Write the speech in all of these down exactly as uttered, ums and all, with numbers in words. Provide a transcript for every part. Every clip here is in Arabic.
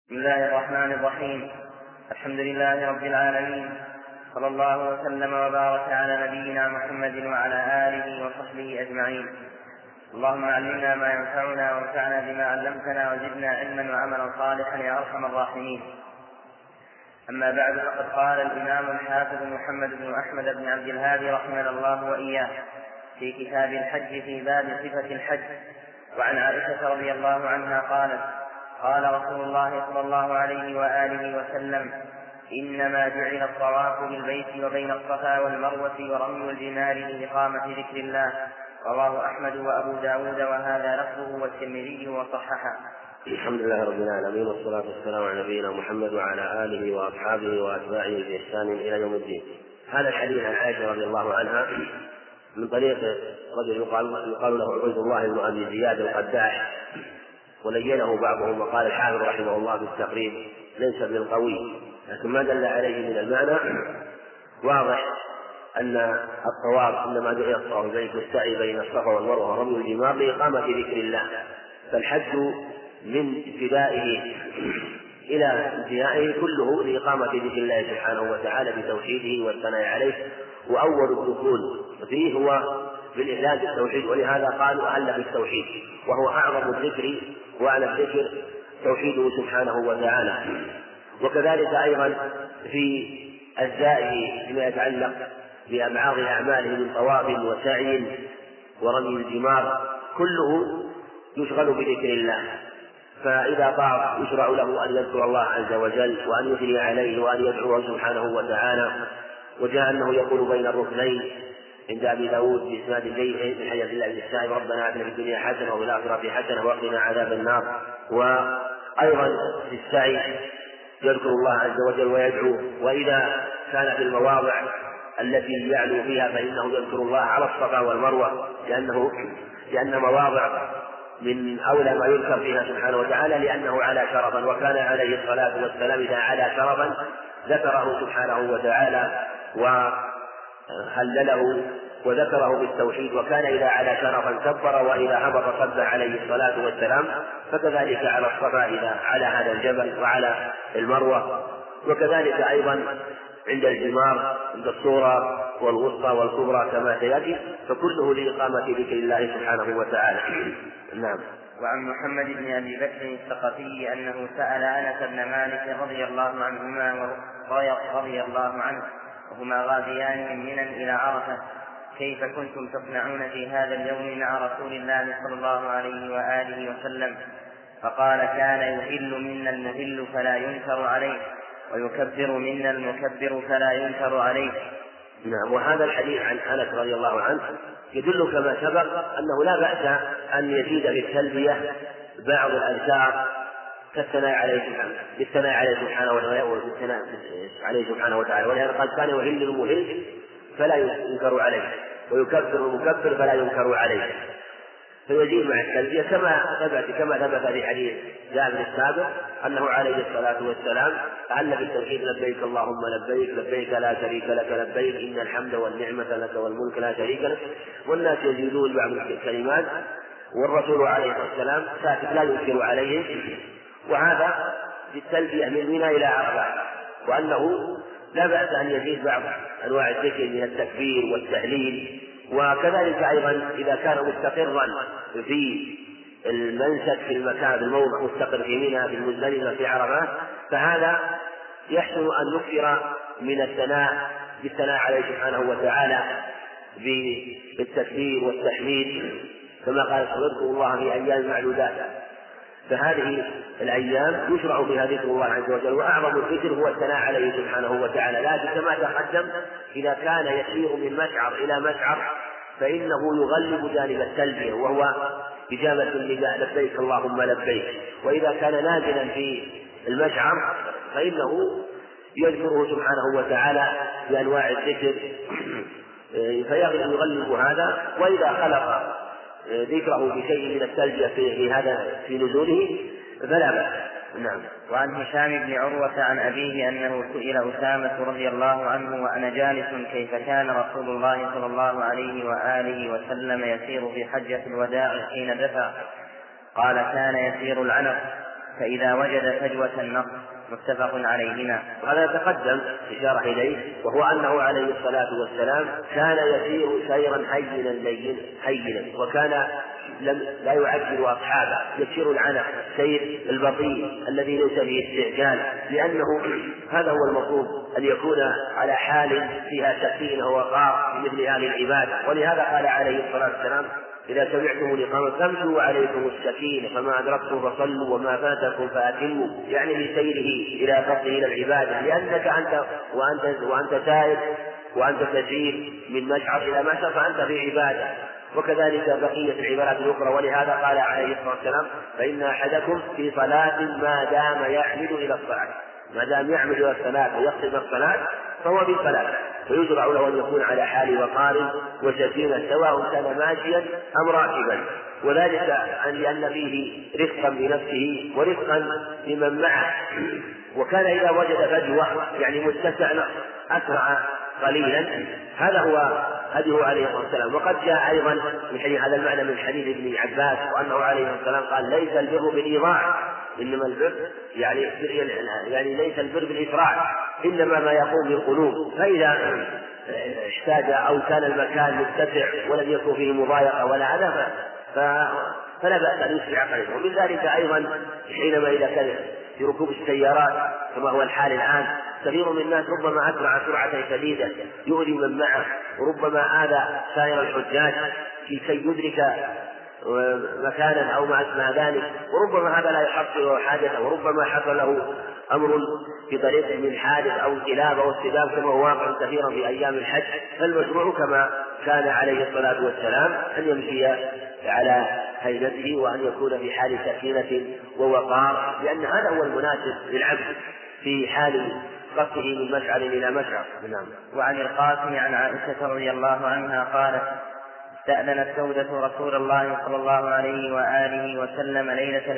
بسم الله الرحمن الرحيم. الحمد لله رب العالمين، صلى الله وسلم وبارك على نبينا محمد وعلى آله وصحبه أجمعين. اللهم علمنا ما ينفعنا وانفعنا بما علمتنا وزدنا علما وعملا صالحا يا أرحم الراحمين. أما بعد، فقد قال الإمام الحافظ محمد بن أحمد بن عبد الهادي رحمه الله وإياه في كتاب الحج في باب صفة الحج: وعن عائشة رضي الله عنها قالت: قال رسول الله صلى الله عليه وآله وسلم: إنما جعل الطواف بالبيت وبين الصفا والمروة ورمي الجمار لإقامة ذكر الله. رواه أحمد وأبو داود وهذا لفظه والترمذي وصححه. الحمد لله رب العالمين، والصلاة والسلام على نبينا محمد وعلى آله وأصحابه وأتباعه بإحسان إلى يوم الدين. هذا الحديث عن عائشة رضي الله عنها من طريق رجل يقال, يقال له عبيد الله بن أبي زياد القداح، ولينه بعضهم وقال الحافظ رحمه الله في التقريب ليس بالقوي، لكن ما دل عليه من المعنى واضح أن الطواف إنما جعل الطواف بين السعي بين الصفا والمروة ورمي الجمار لإقامة ذكر الله، فالحج من ابتدائه إلى انتهائه كله لإقامة ذكر الله سبحانه وتعالى بتوحيده والثناء عليه، وأول الدخول فيه هو بالإحلال بالتوحيد، ولهذا قالوا أهل بالتوحيد، وهو أعظم الذكر وأعلى الذكر توحيده سبحانه وتعالى. وكذلك أيضا في أجزائه فيما يتعلق بأبعاد أعماله من طواف وسعي ورمي الجمار كله يشغل بذكر الله، فإذا طاف يشرع له أن يذكر الله عز وجل وأن يثني عليه وأن يدعوه سبحانه وتعالى. وجاء أنه يقول بين الركنين عند أبي داود بإسناد جيد من حديث الله بن السائب: ربنا آتنا في الدنيا حسنة وفي الآخرة حسنة وقنا عذاب النار. وأيضا في السعي يذكر الله عز وجل ويدعوه، وإذا كان في المواضع التي يعلو فيها فإنه يذكر الله على الصفا والمروة، لأنه لأن مواضع من أولى ما يذكر فيها سبحانه وتعالى لأنه على شرفا، وكان عليه الصلاة والسلام إذا على شرفا ذكره سبحانه وتعالى وهلله وذكره بالتوحيد، وكان إذا على شرفا كبر وإذا هبط صبح عليه الصلاة والسلام، فكذلك على الصفا إذا على هذا الجبل وعلى المروة، وكذلك أيضا عند الجمار عند الصورة والوسطى والكبرى كما سيأتي، فكله لإقامة ذكر الله سبحانه وتعالى. نعم. وعن محمد بن أبي بكر الثقفي أنه سأل أنس بن مالك رضي الله عنهما ورضي رضي الله عنه وهما غاديان من منى إلى عرفة: كيف كنتم تصنعون في هذا اليوم مع رسول الله صلى الله عليه وآله وسلم؟ فقال: كان يهل منا المهل فلا ينكر عليه، ويكبر منا المكبر فلا ينكر عليه. نعم. وهذا الحديث عن أنس رضي الله عنه يدل كما سبق أنه لا بأس أن يزيد في التلبية بعض الأذكار كالثناء عليه سبحانه بالثناء عليه سبحانه وتعالى عليه سبحانه وتعالى، ولهذا قال: كان يهل المهل فلا ينكر عليه، ويكبر المكبر فلا ينكر عليه، فيزيد مع التلبية كما ثبت كما ثبت في حديث جابر السابق أنه عليه الصلاة والسلام أهل بالتوحيد: لبيك اللهم لبيك لبيك لا شريك لك لبيك إن الحمد والنعمة لك والملك لا شريك لك. والناس يزيدون بعض الكلمات، والرسول عليه الصلاة والسلام ساكت لا ينكر عليهم. وهذا بالتلبية من منى إلى عرفة، وأنه لا بأس أن يزيد بعض أنواع الذكر من التكبير والتهليل. وكذلك أيضا إذا كان مستقرا في المنسك في المكان الموضع مستقر في منى في المزدلفة في عرفات، فهذا يحسن أن نكثر من الثناء بالثناء عليه سبحانه وتعالى بالتكبير والتحميد، كما قال: اذكروا الله في أيام معدودات. فهذه الأيام يشرع فيها ذكر الله عز وجل، وأعظم الذكر هو الثناء عليه سبحانه وتعالى. لكن كما تقدم إذا كان يسير من مشعر إلى مشعر فإنه يغلب جانب التلبية وهو إجابة النداء: لبيك اللهم لبيك. وإذا كان نازلا في المشعر فإنه يذكره سبحانه وتعالى بأنواع الذكر فيغلب هذا. وإذا خلق ذكره بشيء من التلبية في هذا في نزوله فلا بأس. نعم. وعن هشام بن عروة عن أبيه أنه سئل أسامة رضي الله عنه وأنا جالس: كيف كان رسول الله صلى الله عليه وآله وسلم يسير في حجة الوداع حين دفع؟ قال: كان يسير العنق فإذا وجد فجوة النص، متفق عليهما. وهذا تقدم إشارة إليه، وهو أنه عليه الصلاة والسلام كان يسير سيرا هينا لينا هينا، وكان لم لا يعجل أصحابه، يسير العنق، السير البطيء الذي ليس فيه استعجال، لأنه هذا هو المطلوب، أن يكون على حال فيها سكينة ووقار في مثل هذه العبادة. ولهذا قال عليه الصلاة والسلام: إذا سمعتم الإقامة فامشوا وعليكم السكينة، فما أدركتم فصلوا وما فاتكم فأتموا، يعني لسيره إلى قصده إلى العبادة، لأنك أنت وأنت وأنت سائر وأنت تسير من مشعر إلى مشعر فأنت في عبادة. وكذلك بقية العبادات الأخرى. ولهذا قال عليه الصلاة والسلام: فإن أحدكم في صلاة ما دام يعمد إلى الصلاة، ما دام يعمد إلى الصلاة ويقصد الصلاة فهو في صلاة، فيشرع له أن يكون على حال وقار وسكينة سواء كان ماشيا أم راكبا، وذلك لأن فيه رفقا بنفسه ورفقا لمن معه. وكان إذا وجد فجوة يعني متسع أسرع قليلا، هذا هو هديه عليه الصلاة والسلام. وقد جاء أيضا من حديث هذا المعنى من حديث ابن عباس، وأنه عليه الصلاة والسلام قال: ليس البر بالإيضاع، إنما البر يعني يعني ليس البر بالإسراع، إنما ما يقوم بالقلوب. فإذا احتاج أو كان المكان متسع ولم يكن فيه مضايقة ولا أذى فلا بأس أن يسرع قليلا. ومن ذلك أيضا حينما إذا كان في ركوب السيارات كما هو الحال الآن، كثير من الناس ربما أسرع سرعة شديدة يؤذي من معه، وربما آذى سائر الحجاج لكي يدرك مكانا أو ما أشبه ذلك، وربما هذا لا يحصل حاجته، وربما حصل له أمر في طريق من حادث أو انقلاب أو استباب كما هو واقع كثيرا في أيام الحج. فالمشروع كما كان عليه الصلاة والسلام أن يمشي على هيئته وأن يكون في حال سكينة ووقار، لأن هذا هو المناسب للعبد في حال قصده من مشعر إلى مشعر. نعم. وعن القاسم عن عائشة رضي الله عنها قالت: استأذنت سودة رسول الله صلى الله عليه وآله وسلم ليلة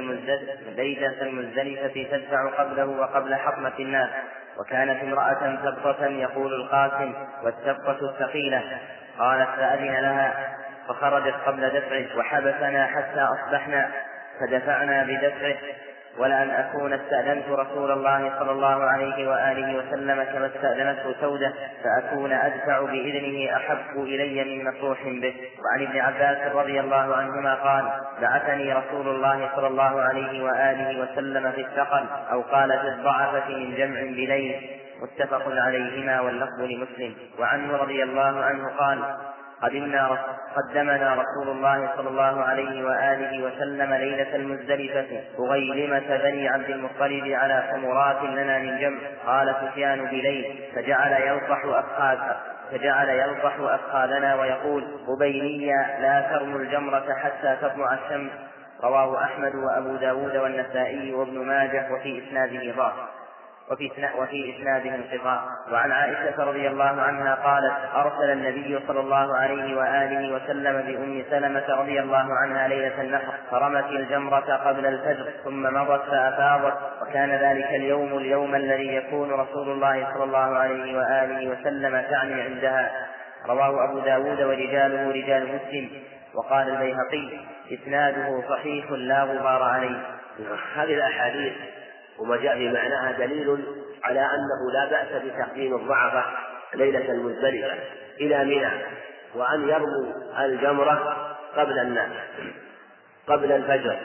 المزدلفة تدفع قبله وقبل حطمة الناس، وكانت امرأة سبطة يقول القاسم: والسبطة الثقيلة. قالت: فأذن لها فخرجت قبل دفعه وحبسنا حتى أصبحنا فدفعنا بدفعه، ولأن أكون استأذنت رسول الله صلى الله عليه وآله وسلم كما استأذنته سودة فأكون أدفع بإذنه أحب إلي من مصروح به. وعن ابن عباس رضي الله عنهما قال: بعثني رسول الله صلى الله عليه وآله وسلم في الثقل، أو قال في الضعفة من جمع بليل، متفق عليهما واللفظ لمسلم. وعنه رضي الله عنه قال: قدمنا قدمنا رسول الله صلى الله عليه وآله وسلم ليلة المزدلفة أغيلمة بني عبد المطلب على حمرات لنا من جمع. قال سفيان: بليل، فجعل يلطح أفخاذ فجعل يلطح أفخاذنا ويقول: قبيلية لا ترموا الجمرة حتى تطلع الشمس. رواه أحمد وأبو داود والنسائي وابن ماجه، وفي إسناده ضعف وفي وفي إسناده انقطاع. وعن عائشة رضي الله عنها قالت: أرسل النبي صلى الله عليه وآله وسلم بأم سلمة رضي الله عنها ليلة النحر، فرمت الجمرة قبل الفجر ثم مضت فأفاضت، وكان ذلك اليوم اليوم الذي يكون رسول الله صلى الله عليه وآله وسلم تعني عندها. رواه أبو داود ورجاله رجال مسلم. وقال البيهقي: إسناده صحيح لا غبار عليه. هذه الأحاديث وما جاء في معناها دليل على أنه لا بأس بتقديم الضعفة ليلة المزدلفة إلى منى، وأن يرموا الجمرة قبل الناس قبل الفجر،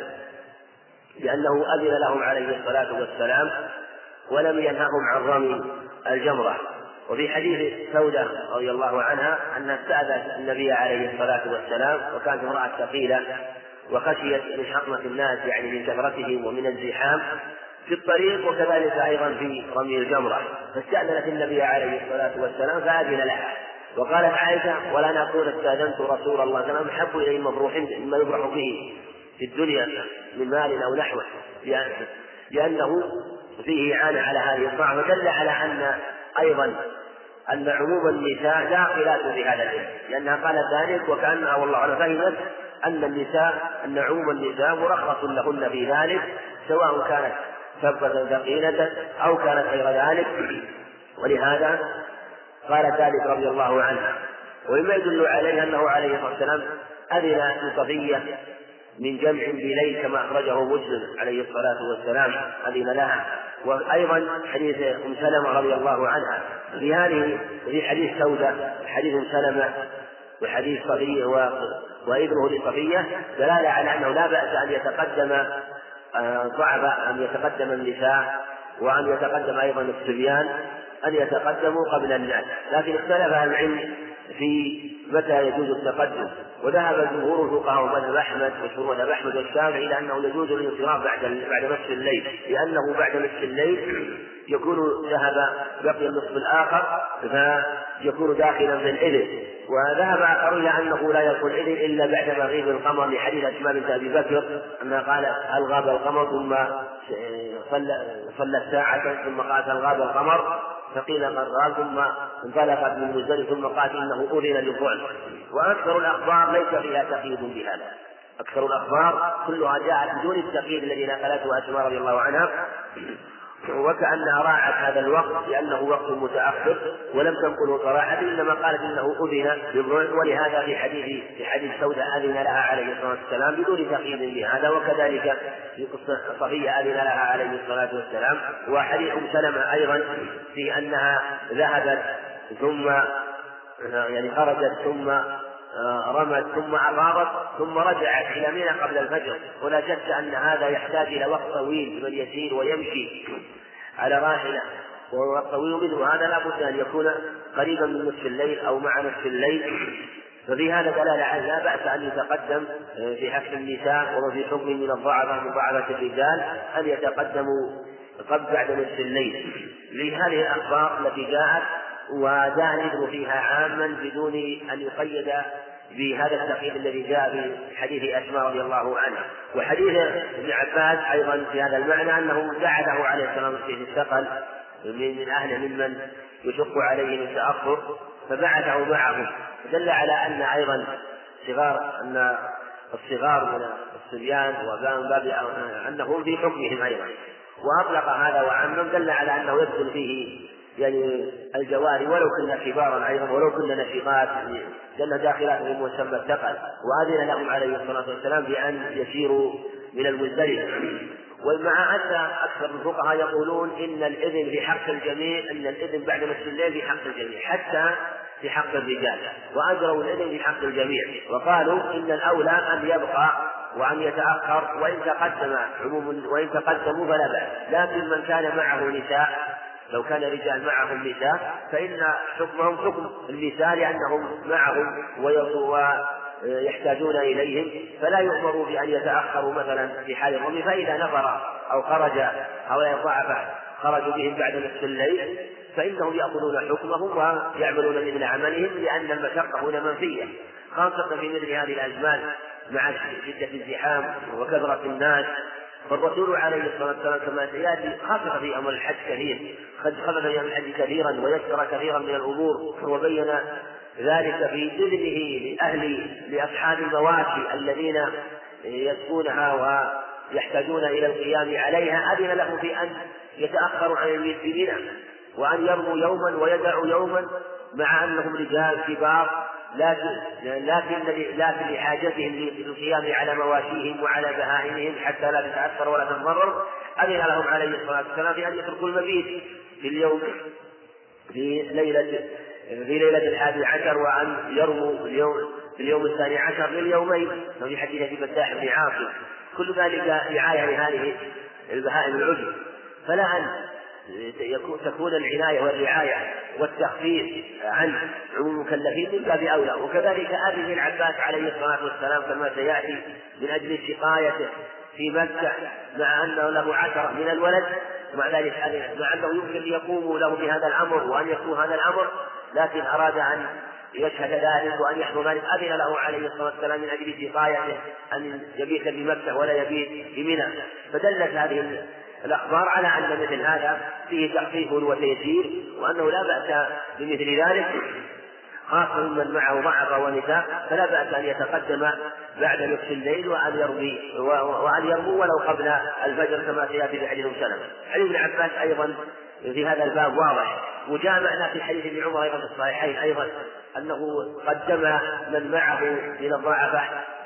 لأنه أذن لهم عليه الصلاة والسلام ولم ينههم عن رمي الجمرة. وفي حديث سودة رضي الله عنها أنها استأذنت النبي عليه الصلاة والسلام، وكانت امرأة ثقيلة وخشيت من حطمة الناس يعني من كثرتهم ومن الزحام في الطريق، وكذلك أيضا في رمي الجمرة، فاستأذنت النبي عليه الصلاة والسلام فأذن لها. وقالت عائشة: ولا نقول استأذنت رسول الله صلى الله عليه وسلم أحب إليه مبروح مما يبرح به في الدنيا من مال أو نحوه، لأنه فيه إعانة على هذه الطاعة. فدل على أن أيضا أن عموم النساء لا خلاف في هذا العلم، لأنها قالت ذلك وكأنها والله أعلم فهمت أن النساء أن عموم النساء مرخص لهن في ذلك، سواء كانت سبة ثقيلة أو كانت غير ذلك، ولهذا قال ذلك رضي الله عنها. ومما يدل عليه أنه عليه الصلاة والسلام أذن لصفية من جمع بليل كما أخرجه مسلم عليه الصلاة والسلام أذن لها. وأيضا حديث أم سلمة رضي الله عنها في هذه في حديث سودة حديث أم سلمة وحديث صفية وإذنه لصفية دلالة على أنه لا بأس أن يتقدم ضعف أن يتقدم النساء وأن يتقدم أيضا الصبيان أن يتقدموا قبل الناس، لكن اختلف العلم في متى يجوز التقدم. وذهب جمهور الفقهاء ومذهب أحمد وشهور مذهب أحمد والشافعي إلى أنه يجوز الانصراف بعد بعد نصف الليل، لأنه بعد نصف الليل يكون ذهب بقي النصف الآخر فيكون داخلا في الإذن. وذهب آخرون إلى أنه لا يكون إذن إلا بعد مغيب القمر لحديث أسماء بنت أبي بكر أنها قال هل غاب القمر ثم صلت ساعة ثم قالت هل غاب القمر فقيل قد غاب ثم انطلقت من مزدلفة ثم قالت إنه أذن للفعل. وأكثر الأخبار ليس فيها تقييد بهذا، أكثر الأخبار كلها جاءت بدون التقييد الذي نقلته أسماء رضي الله عنها، وكأنها راعت هذا الوقت لأنه وقت متأخر ولم تنقله صراحة، إنما قالت إنه أذن للفعل. ولهذا في حديث في حديث سودة أذن لها عليه الصلاة والسلام بدون تقييد بهذا، وكذلك في قصة صفية أذن لها عليه الصلاة والسلام. وحديث أم سلمة أيضا في أنها ذهبت ثم يعني خرجت ثم رمت ثم أفاضت ثم رجعت إلى منى قبل الفجر، ولا شك أن هذا يحتاج إلى وقت طويل لمن يسير ويمشي على راحلة، ووقت طويل مثل هذا لا بد أن يكون قريبا من نصف الليل أو مع نصف الليل. ففي هذا دلالة على لا بأس أن يتقدم في حق النساء وفي حكم من الضعفاء من ضعفاء الرجال أن يتقدموا قبل بعد نصف الليل لهذه الأخبار التي جاءت، وجاء الإذن فيها عاما بدون أن يقيد بهذا التقييد الذي جاء في حديث أسماء رضي الله عنها. وحديث ابن عباس أيضا في هذا المعنى أنه بعده عليه السلام في الثقل من أهله ممن يشق عليهم التأخر فبعثه معهم، دل على أن أيضا صغار أن الصغار من الصبيان وبان باب أنهم في حكمهم أيضا، وأطلق هذا وعمم دل على أنه يدخل فيه يعني الجواري ولو كنا كبارا أيضا ولو كنا نشيطات لأن داخلات في مسمى الثقل. وأذن لهم عليه الصلاة والسلام بأن يسيروا من المزدلفة. ومع أن أكثر الفقهاء يقولون إن الإذن في حق الجميع، إن الإذن بعد نصف الليل في حق الجميع حتى في حق الرجال، وأجروا الإذن في حق الجميع، وقالوا إن الأولى أن يبقى وأن يتأخر، وإن تقدم عموم وإن تقدموا فلا بأس. لكن من كان معه نساء، لو كان رجال معهم نساء فإن حكمهم حكم النساء لأنهم معهم ويحتاجون إليهم، فلا يؤمروا بأن يتأخروا مثلا في حال الرمي. فإذا نفر أو خرج هؤلاء الضعفاء خرجوا بهم بعد نصف الليل فإنهم يأخذون حكمهم ويعملون مثل عملهم، لأن المشقة هنا منفية، خاصة في مثل هذه الأزمان مع شدة الزحام وكثرة الناس. فالرسول عليه الصلاة والسلام كما سيأتي خفف في أمر الحج كثير، قد خفف في أمر الحج كثيرا ويسر كثيرا من الأمور، وبين ذلك في إذنه لأهل لأصحاب المواشي الذين يسكونها ويحتاجون إلى القيام عليها، أذن لهم في أن يتأخروا عن المبيت في منى وأن يرموا يوما ويدعوا يوما، مع أنهم رجال كبار، لكن لكن لكن لحاجتهم للقيام على مواشيهم وعلى بهائمهم حتى لا تتأثر ولا تنضرر. أذن لهم عليه الصلاة والسلام في أن يتركوا المبيت في اليوم في ليلة في ليلة الحادي عشر، وأن يرموا اليوم في اليوم الثاني عشر لليومين، وفي حديث أبي فتاح بن عاصم. كل ذلك رعاية لهذه البهائم العجب، فلا أن تكون العناية والرعاية والتخفيف عن عموم المكلفين من باب أولى. وكذلك أبي بن عباس عليه الصلاة والسلام كما سيأتي من أجل سقايته في مكة، مع أنه له عشرة من الولد، مع ذلك مع أنه يمكن أن يقوموا له بهذا الأمر وأن يكون هذا الأمر، لكن أراد أن يشهد ذلك وأن يحضر ذلك، أذن له عليه الصلاة والسلام من أجل سقايته أن يبيت بمكة ولا يبيت بمنى. فدلت هذه الأخبار على أن مثل هذا فيه تخفيف وتيسير، وأنه لا بأس بمثل ذلك، خاصة من معه ضعف ونساء فلا بأس أن يتقدم بعد نصف الليل وأن يرمي وأن يرموا ولو قبل الفجر كما سيأتي في حديث سلمة. حديث ابن عباس أيضا في هذا الباب واضح، وجامعنا في حديث ابن عمر أيضا في الصحيحين أيضا أنه قدم من معه من الضعفاء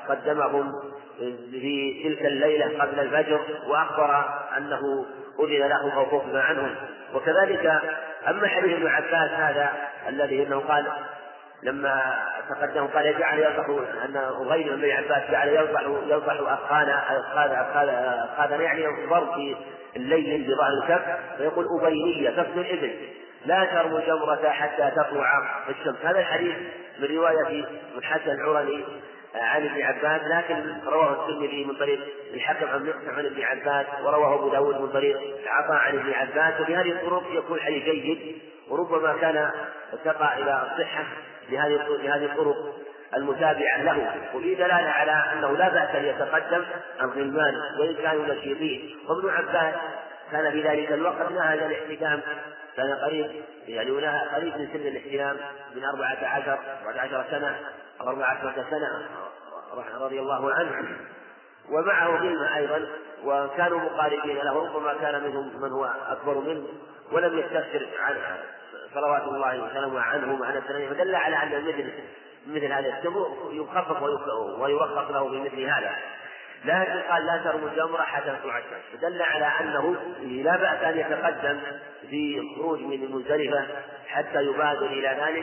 قدمهم في تلك الليلة قبل الفجر وأخبر أنه أذن لهم أو خفف عنهم. وكذلك أما حديث ابن عباس هذا الذي إنه قال لما تقدم قال يجعل يصح أن غير ابن عباس جعل يصح يصح أخانا أخانا أخانا يعني ضرب في الليل بظهر الكف، فيقول أبينية كف الإبل لا ترموا جمرة حتى تطلع الشمس. هذا الحديث من رواية من حسن العرني عن ابن عباس، لكن رواه الترمذي من طريق الحكم عن مقسم عن ابن عباس، ورواه أبو داود من طريق عطاء عن ابن عباس. وبهذه الطرق يكون حديث جيد، وربما كان ارتقى إلى الصحة لهذه الطرق المتابعة له، وفي دلالة على أنه لا بأس أن يتقدم الغلمان وإن كانوا نشيطين. وابن عباس كان في ذلك الوقت نهى الاحتكام، كان قريب يعني نهى قريب من سن الاحتلام من أربعة عشر أربعة عشر سنة أو أربعة عشر سنة رضي الله عنه، ومعه غلمة أيضا وكانوا مقاربين له، ربما كان منهم من هو أكبر منه ولم يستفسر عنه صلوات الله وسلامه عنهم عن السنين، فدل على أن مثل مثل هذا السبب يخفف ويرخص له بمثل هذا. لكن قال لا ترموا الجمرة حتى تطلع الشمس، فدل على أنه لا بأس أن يتقدم في الخروج من المزدلفة حتى يبادر إلى ذلك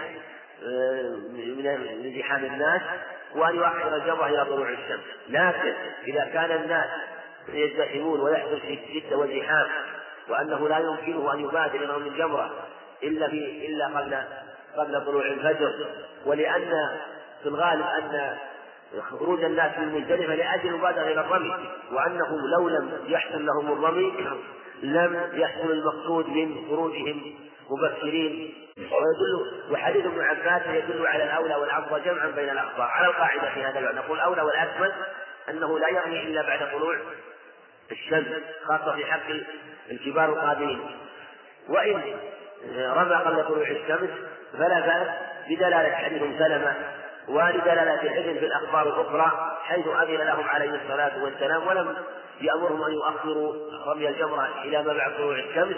من زحام الناس، وأن يؤخر الجمرة إلى طلوع الشمس. لكن إذا كان الناس يزدحمون ويحدث في الشدة والزحام وأنه لا يمكنه أن يبادر إلى رمي الجمرة إلا في إلا قبل قبل طلوع الفجر، ولأن في الغالب أن خروج الناس من المزدلفة لأجل المبادرة إلى الرمي، وأنه لو لم يحصل لهم الرمي لم يحصل المقصود من خروجهم مبكرين. ويدل وحديث ابن عباس يدل على الأولى والأفضل جمعا بين الأخبار على القاعدة في هذا الوقت. نقول الأولى والأكمل أنه لا يرمي إلا بعد طلوع الشمس، خاصة في حق الكبار القادرين، وإن رمى قبل طلوع الشمس فلا بأس بدلالة حديث سلمة ولدلالة الإذن في الأخبار الأخرى، حيث أذن لهم عليه الصلاة والسلام ولم يأمرهم أن يؤخروا رمي الجمرة إلى ما بعد طلوع الشمس،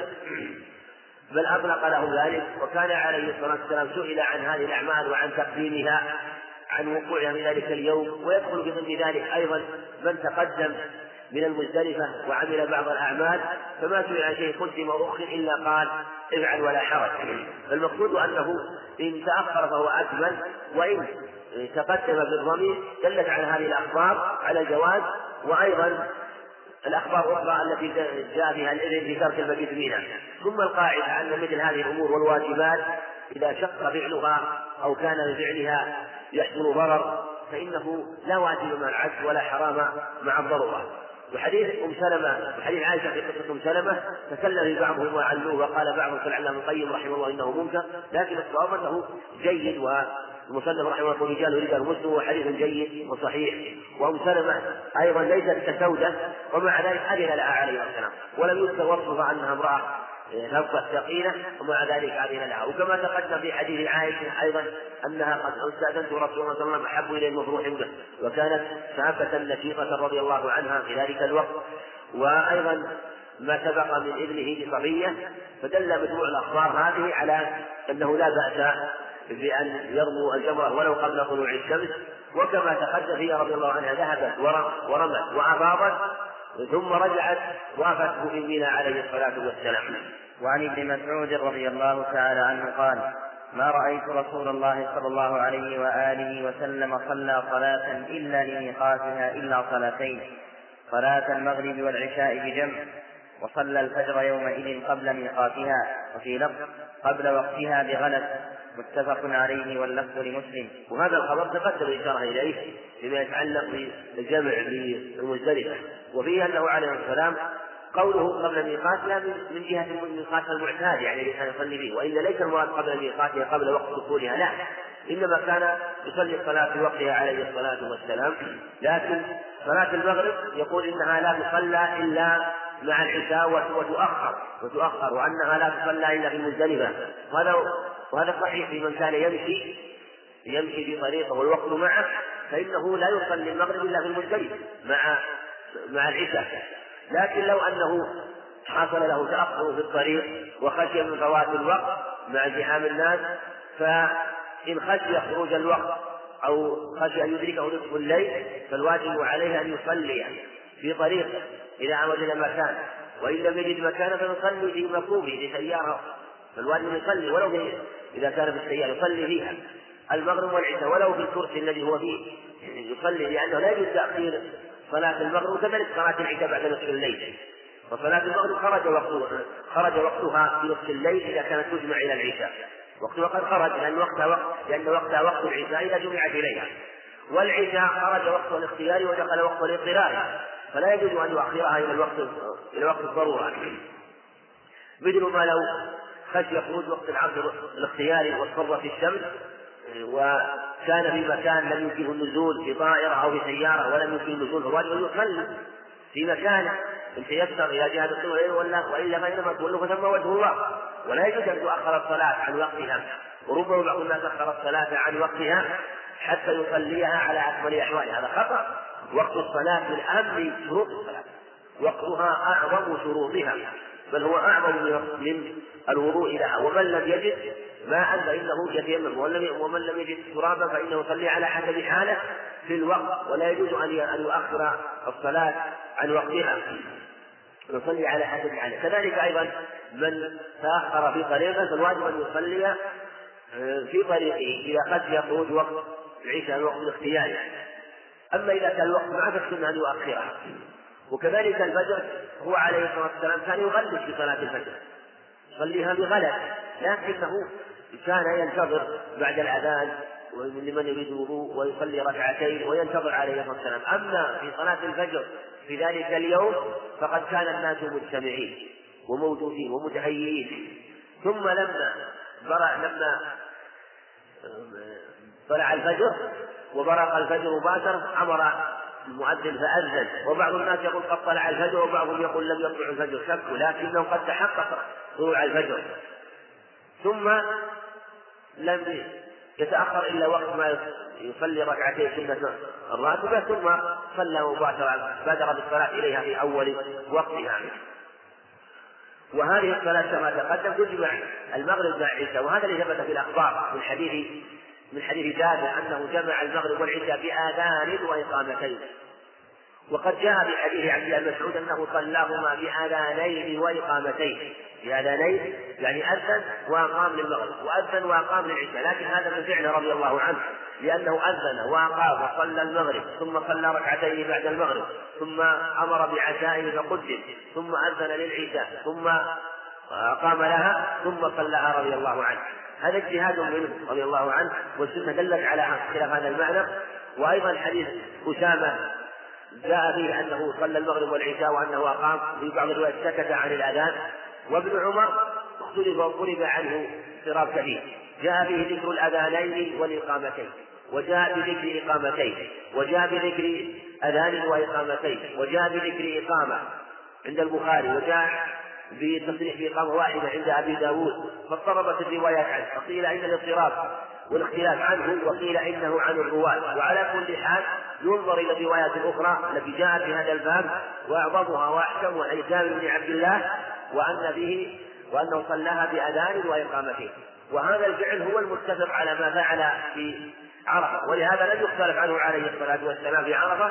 بل أطلق لهم ذلك. وكان عليه الصلاة والسلام سئل عن هذه الأعمال وعن تقديمها عن وقوعها في ذلك اليوم، ويدخل في ضمن ذلك أيضا من تقدم من المزدلفة وعمل بعض الأعمال فما سئل عن شيء قدم وأخر إلا قال افعل ولا حرج. فالمقصود أنه إن تأخر فهو أكمل، وإن تقدم بالرمي دلت على هذه الأخبار على الجواز. وأيضا الأخبار الأخرى التي جاء بها الإذن في ترك المبيت منها. ثم القاعدة أن مثل هذه الأمور والواجبات إذا شق فعلها أو كان بفعلها يحصل ضرر فإنه لا واجب مع العجز ولا حرام مع الضرورة. وحديث أم سلمة وحديث عائشة في قصة أم سلمة تكلم بعضهم وعلوه، وقال بعضهم كالعلامة القيم رحمه الله إنه منكر، لكن الصواب أنه جيد، والمصنف رحمه الله رجال ورجال مسلم وحديث جيد وصحيح. وأم سلمة أيضا ليست كسودة، ومع ذلك أذن لها عليه السلام، ولم يذكر وصفها أنها امرأة نفسة ثقيلة، ومع ذلك أذن لها. وكما تقدم في حديث عائشة أيضا أنها قد استأذنت رسول الله صلى الله عليه وسلم أحب إليه المفروح به، وكانت شابة نشيطة رضي الله عنها في ذلك الوقت. وأيضا ما سبق من ابنه بصبية، فدل مجموع الأخبار هذه على أنه لا بأس بأن يرموا الجمرة ولو قبل طلوع الشمس. وكما تقدم هي رضي الله عنها ذهبت ورمت وأفاضت ثم رجعت وافته في منى عليه الصلاة والسلام. وعن ابن مسعود رضي الله تعالى عنه قال: ما رأيت رسول الله صلى الله عليه وآله وسلم صلى صلاة إلا لميقاتها إلا صلاتين، صلاة المغرب والعشاء بجمع، وصلى الفجر يومئذ قبل ميقاتها، وفي لفظ قبل وقتها بغلس، متفق عليه واللفظ لمسلم. وهذا الخبر تقدم الإشارة إليه فيما يتعلق بالجمع بالمزدلفة، وفيه أنه عليه السلام قوله قبل الميقات لا من جهة الميقات المعتاد يعني اللي كان يصلي به، وإلا ليس المراد قبل ميقاتها قبل وقت دخولها، لا، إنما كان يصلي الصلاة في وقتها عليه الصلاة والسلام. لكن صلاة المغرب يقول إنها لا تصلى إلا مع العشاء وتؤخر وتؤخر وأنها لا تصلى إلا في المزدلفة. وهذا وهذا صحيح في من كان يمشي يمشي في طريقه والوقت معه، فإنه لا يصلي المغرب إلا في المزدلفة مع مع العشاء. لكن لو أنه حصل له تأخر في الطريق وخشي من فوات الوقت مع زحام الناس، فإن خشي خروج الوقت أو خشي أن يدركه نصف الليل فالواجب عليه أن يصلي في طريق إذا وجد مكان، وإن لم يجد مكانا فيصلي في مكوبه لسيارة، فالواجب يصلي ولو إذا كان في السيارة يصلي فيها المغرب والعشاء ولو في الكرسي الذي هو فيه يصلي، لأنه لا يجوز تأخير صلاة المغرب وكذلك صلاة العشاء بعد نصف الليل. فصلاة المغرب خرج وقتها خرج وقتها في نصف الليل إذا كانت تجمع إلى العشاء، وقتها قد خرج لأن وقتها وقت لأن وقتها وقت العشاء إذا جمعت إليها، والعشاء خرج وقتها الاختيار ودخل وقتها الاضطرار، فلا يجوز أن يؤخرها إلى الوقت إلى وقت الضرورة، مثل ما لو خشي خروج وقت العصر الاختياري واضطر في الشمس وكان في مكان لم يمكنه النزول في طائرة أو في سيارة ولم يمكنه النزول فالواجب أن يصلي في مكانه إن تيسر إلى جهة القبلة وإلا فإنما كله ثم وجه الله، ولا يجوز أن تؤخر الصلاة عن وقتها، وربما بعض الناس أخر الصلاة عن وقتها حتى يصليها على أكمل أحوالها، هذا خطأ. وقت الصلاة من أهم شروط الصلاة، وقتها أعظم شروطها، بل هو أعظم من الوضوء لها، ومن لم يجد ماء فإنه يتيمم، ومن لم يجد ترابا فإنه يصلي على حسب حاله في الوقت، ولا يجوز أن يؤخر الصلاة عن وقتها، يصلي على حسب حاله. كذلك أيضا من تأخر في طريقه فالواجب أن يصلي في طريقه إذا خشي خروج وقت العشاء الوقت الاختياري. أما إذا كان الوقت ما فالسنة أن يؤخرها. وكذلك الفجر هو عليه الصلاة والسلام كان يغلس في صلاة الفجر، يصليها بغلس، لكنه كان ينتظر بعد الأذان لمن يريد الوضوء ويصلي ركعتين وينتظر عليه الصلاة والسلام. أما في صلاة الفجر في ذلك اليوم فقد كان الناس مجتمعين وموجودين ومتهيئين، ثم لما برأ لما طلع الفجر وبرق الفجر مباشر أمر المؤذن فأذن، وبعض الناس يقول قد طلع الفجر وبعضهم يقول لم يطلع الفجر، شكوا، لكنه قد تحقق طلوع الفجر، ثم لم يتأخر إلا وقت ما يصلي ركعتين سنة الراتبة، ثم صلى مباشرة بادر بالصلاة إليها في أول وقتها. وهذه الصلاة كما تقدم تجمع المغرب مع العشاء، وهذا اللي ثبت في الأخبار من حديث من حديث جابر أنه جمع المغرب والعشاء بآذان وإقامتين، وقد جاء في حديث عبد الله بن مسعود أنه صلاهما بآذانين وإقامتين، بآذانين يعني أذن وأقام للمغرب وأذن وأقام للعشاء، لكن هذا من فعله رضي الله عنه، لأنه أذن وأقام وصلى المغرب ثم صلى ركعتين بعد المغرب ثم أمر بعشائه فقدم ثم أذن للعشاء ثم أقام لها ثم صلىها رضي الله عنه. هذا اجتهاد منه رضي الله عنه، والسنة دلت على خلاف هذا المعنى. وأيضا حديث أسامة جاء فيه أنه صلى المغرب والعشاء وأنه أقام، في بعض الروايات سكت عن الأذان. وابن عمر اختلف وطلب عنه اضطراب كثير، جاء فيه ذكر الأذانين والإقامتين، وجاء بذكر إقامتين، وجاء بذكر أذان وإقامتين، وجاء بذكر إقامة عند البخاري، وجاء بتصريح بإقامة واحدة عند أبي داود، فاضطربت الروايات عنه، فقيل إن الاضطراب والاختلاف عنه وقيل إنه عن الرواة. وعلى كل حال ينظر إلى الروايات الأخرى التي جاءت في هذا الباب، وأعظمها وأحكم عن جابر بن عبد الله وأن به وأنه صلاها بأذان وإقامتين، وهذا الفعل هو المتفق على ما فعل في عرفة، ولهذا لم يختلف عنه عليه الصلاة والسلام في عرفة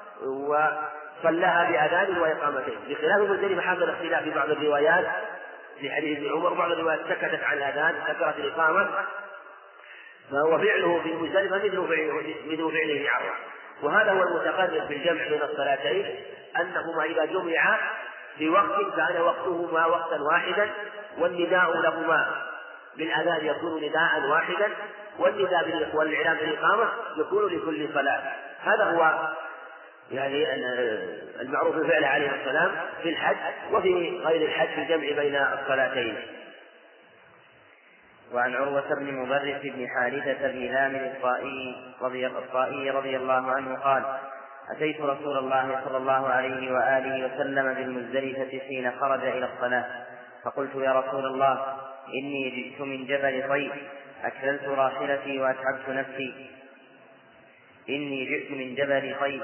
وصلاها بأذان وإقامتين، بخلاف مزدلفة حصل اختلاف في بعض الروايات في حديث ابن عمر، بعض الروايات سكتت عن الأذان ذكرت الإقامة، فهو فعله في مزدلفة مثل فعله مثل فعله في عرفة. وهذا هو المتقرر في الجمع بين الصلاتين، أنهما إذا جمعا في وقت كان وقتهما وقتا واحدا، والنداء لهما بالأذان يكون نداء واحدا، والنداء والإعلام بالإقامة يكون لكل صلاة. هذا هو يعني المعروف بفعله عليه السلام في الحج وفي غير الحج في الجمع بين الصلاتين. وعن عروة بن مبرس بن حارثة بن هلال الطائي رضي, الطائي رضي الله عنه قال: أتيت رسول الله صلى الله عليه وآله وسلم بالمزدلفة حين خرج إلى الصلاة، فقلت: يا رسول الله، إني جئت من جبل طيء أكللت راحلتي وأتعبت نفسي إني جئت من جبل طيء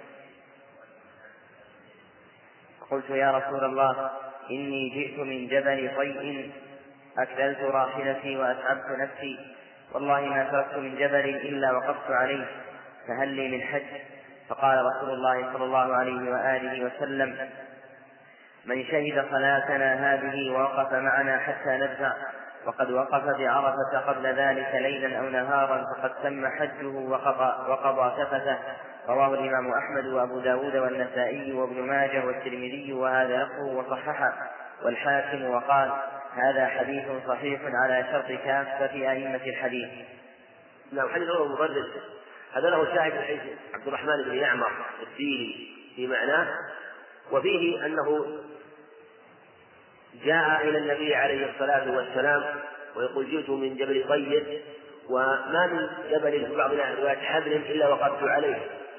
فقلت: يا رسول الله، إني جئت من جبل طيء أكللت راحلتي وأتعبت نفسي. والله ما تركت من جبل إلا وقفت عليه، فهل لي من حج؟ فقال رسول الله صلى الله عليه وآله وسلم: من شهد صلاتنا هذه ووقف معنا حتى ندفع وقد وقف بعرفة قبل ذلك ليلا أو نهارا فقد تم حجه وقضى, وقضى تفته. رواه الإمام أحمد وأبو داود والنسائي وابن ماجه والترمذي، وهذا لفظه وصححه والحاكم وقال: هذا حديث صحيح على شرط كافة أئمة الحديث. نعم. حديث هو مفرد، هذا له شاهد من حديث عبد الرحمن بن يعمر الديلي في معناه، وفيه أنه جاء إلى النبي عليه الصلاة والسلام ويقول: جئت من جبل طيب وما من جبل في بعض الروايات حبل إلا وقفت عليه،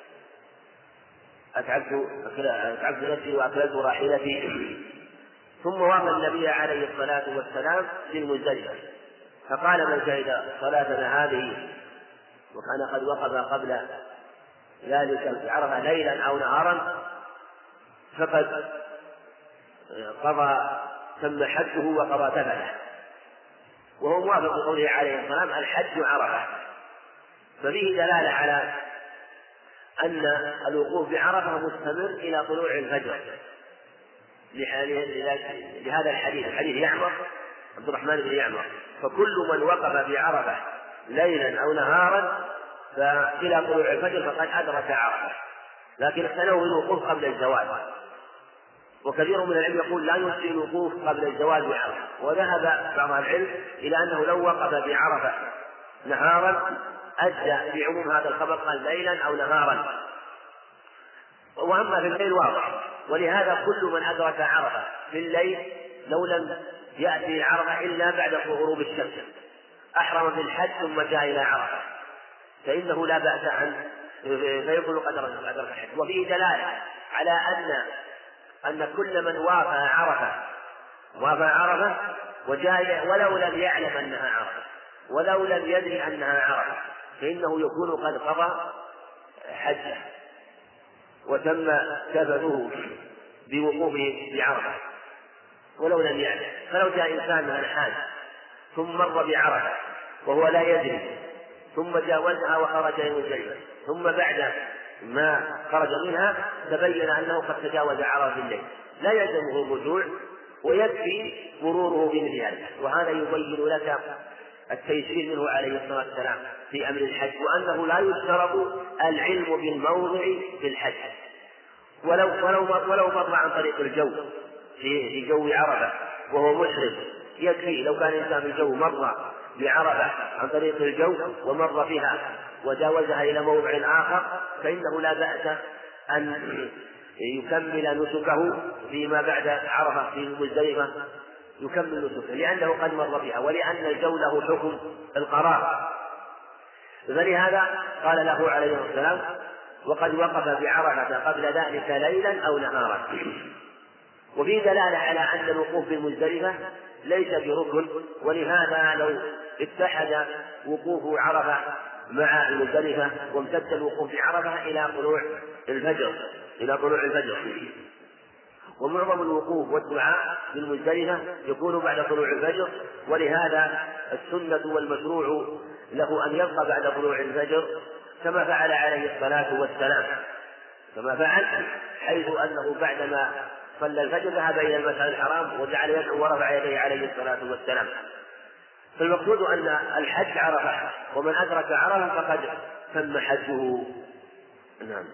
أتعبت أتعبت نفسي وأكلت راحلتي. ثم وافى النبي عليه الصلاة والسلام في المزدلفة فقال: من شهد صلاتنا هذه وكان قد وقف قبل ذلك في عرفة ليلا أو نهارا فقد قضى تم حجه وقضى تفته. وهو موافق بقوله عليه السلام: الحج عرفة. ففيه دلالة على أن الوقوف بعرفة مستمر إلى طلوع الفجر لهذا الحديث، الحديث يعمر عبد الرحمن بن يعمر: فكل من وقف بعرفة ليلا أو نهارا فإلى طلوع الفجر فقد أدرك عرفة. لكن اختلوا الوقوف قبل الزوال، وكثير من العلم يقول لا يجزي الوقوف قبل الزوال بعرفة، وذهب بعض العلم إلى أنه لو وقف بعرفة نهارا أدى بعموم هذا الخبر قال ليلا أو نهارا. وأما في الليل واضح، ولهذا كل من أدرك عرفة في الليل لو لم يأتي عرفة إلا بعد غروب الشمس أحرم بالحج ثم جاء إلى عرفة فإنه لا بأس أن فيقول قد أدرك الحج. وفيه دلالة على أن أن كل من وافى عرفة وافى عرفة وجاء ولو لم يعلم أنها عرفة ولو لم يدري أنها عرفة فإنه يكون قد قضى حجه وتم كفله بوقوفه بعرفة ولو لم يعلم. فلو جاء إنسان من الحاج ثم مر بعرفة وهو لا يدري ثم جاوزها وخرج إلى المزدلفة ثم بعد ما خرج منها تبين أنه قد تجاوز عرفة الليل لا يلزمه الرجوع ويكفي مروره بمثل هذا. وهذا يبين لك التيسير منه عليه الصلاة والسلام في أمر الحج، وأنه لا يشترط العلم بالموضع في الحج. ولو ولو ولو مر عن طريق الجو في جو عرفة وهو محرم يكفي. لو كان الإنسان في الجو مر بعرفة عن طريق الجو ومر بها وجاوزها إلى موضع آخر فإنه لا بأس أن يكمل نسكه فيما بعد عرفة في المزدلفة، يكمل نسكه لأنه قد مر بها ولأن الجو له حكم القرار. فلهذا قال له عليه السلام: وقد وقف بعرفة قبل ذلك ليلا أو نهارا. وفي دلالة على أن الوقوف بالمزدلفة ليس بركن، ولهذا لو اتحد وقوف عرفة مع المزدلفة وامتد الوقوف بعرفة إلى طلوع الفجر إلى طلوع الفجر ومعظم الوقوف والدعاء بالمزدلفة يكون بعد طلوع الفجر، ولهذا السنة والمشروع له أن يبقى بعد طلوع الفجر كما فعل عليه الصلاة والسلام كما فعل حيث أنه بعدما صلى الفجر ذهب إلى المسجد الحرام وجعل يدعو ورفع يديه عليه الصلاة والسلام. فالمقصود أن الحج عرفة ومن أدرك عرفة فقد تم حجه. نعم.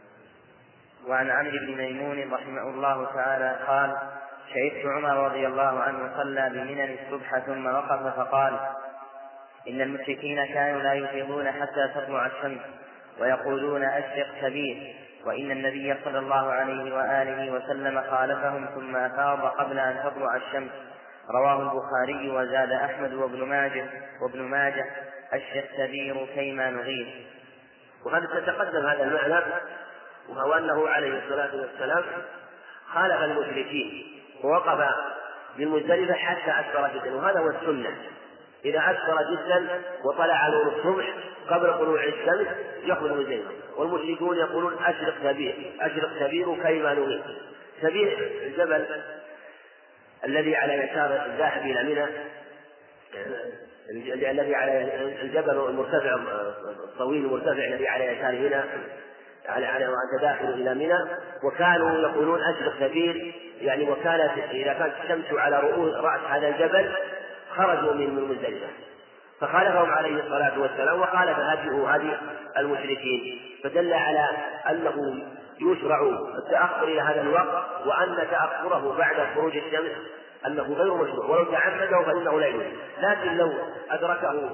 وعن عمرو بن ميمون رحمه الله تعالى قال: شهدت عمر رضي الله عنه صلى بمنى الصبح ثم وقف فقال: إن المشركين كانوا لا يفيضون حتى تطلع الشمس ويقولون أشرق كبير، وإن النبي صلى الله عليه وآله وسلم خالفهم ثم أفاض قبل أن تطلع الشمس. رواه البخاري وزاد أحمد وابن ماجه وابن ماجه أشرق كبير كيما نغير. وهذا تتقدم هذا المعنى، وهو أنه عليه الصلاة والسلام خالف المشركين ووقف بالمزدلفة حتى أسفر جدا، وهذا هو السنة. إذا أسفر جدا وطلع نور الصبح قبل طلوع الشمس يخرج من المزدلفة. والمشركون يقولون أشرق كبير أشرق كبير كيما نغير. كبير الجبل الذي على يسار الذاهب إلى منى الذي على الجبل المرتفع الطويل المرتفع الذي على يسار هنا على على وأنت داخل إلى منى، وكانوا يقولون أشرق كبير، يعني وكانت إذا كانت الشمس على رؤوس رأس هذا الجبل خرجوا من مزدلفة، فخالفهم عليه الصلاة والسلام وخالف هديه هدي المشركين، فدل على أنه يشرع التأخر إلى هذا الوقت، وأن تأخره بعد خروج الشمس أنه غير مشروع، ولو تعمده فإنه لا يجوز. لكن لو أدركه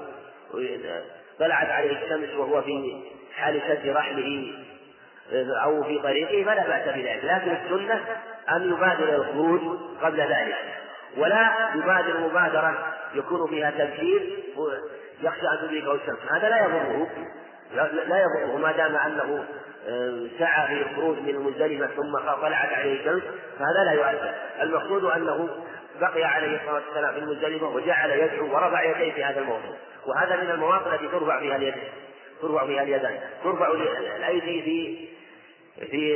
طلعت عليه الشمس وهو في حال شد رحله أو في طريقه فلا بأس بذلك، لكن السنة أن يبادر الخروج قبل ذلك، ولا يبادر مبادرة يكون فيها تبشير يخشى أن تدركه الشمس، هذا لا يضره لا يضره ما دام أنه سعى في الخروج من مزدلفة ثم طلعت عليه الشمس، فهذا لا يؤثر. المقصود أنه بقي عليه الصلاة والسلام في المزدلفة وجعل يدعو ورفع يديه في هذا الموضوع، وهذا من المواطن التي ترفع فيها اليد ترفع فيها اليدان ترفع الأيدي في في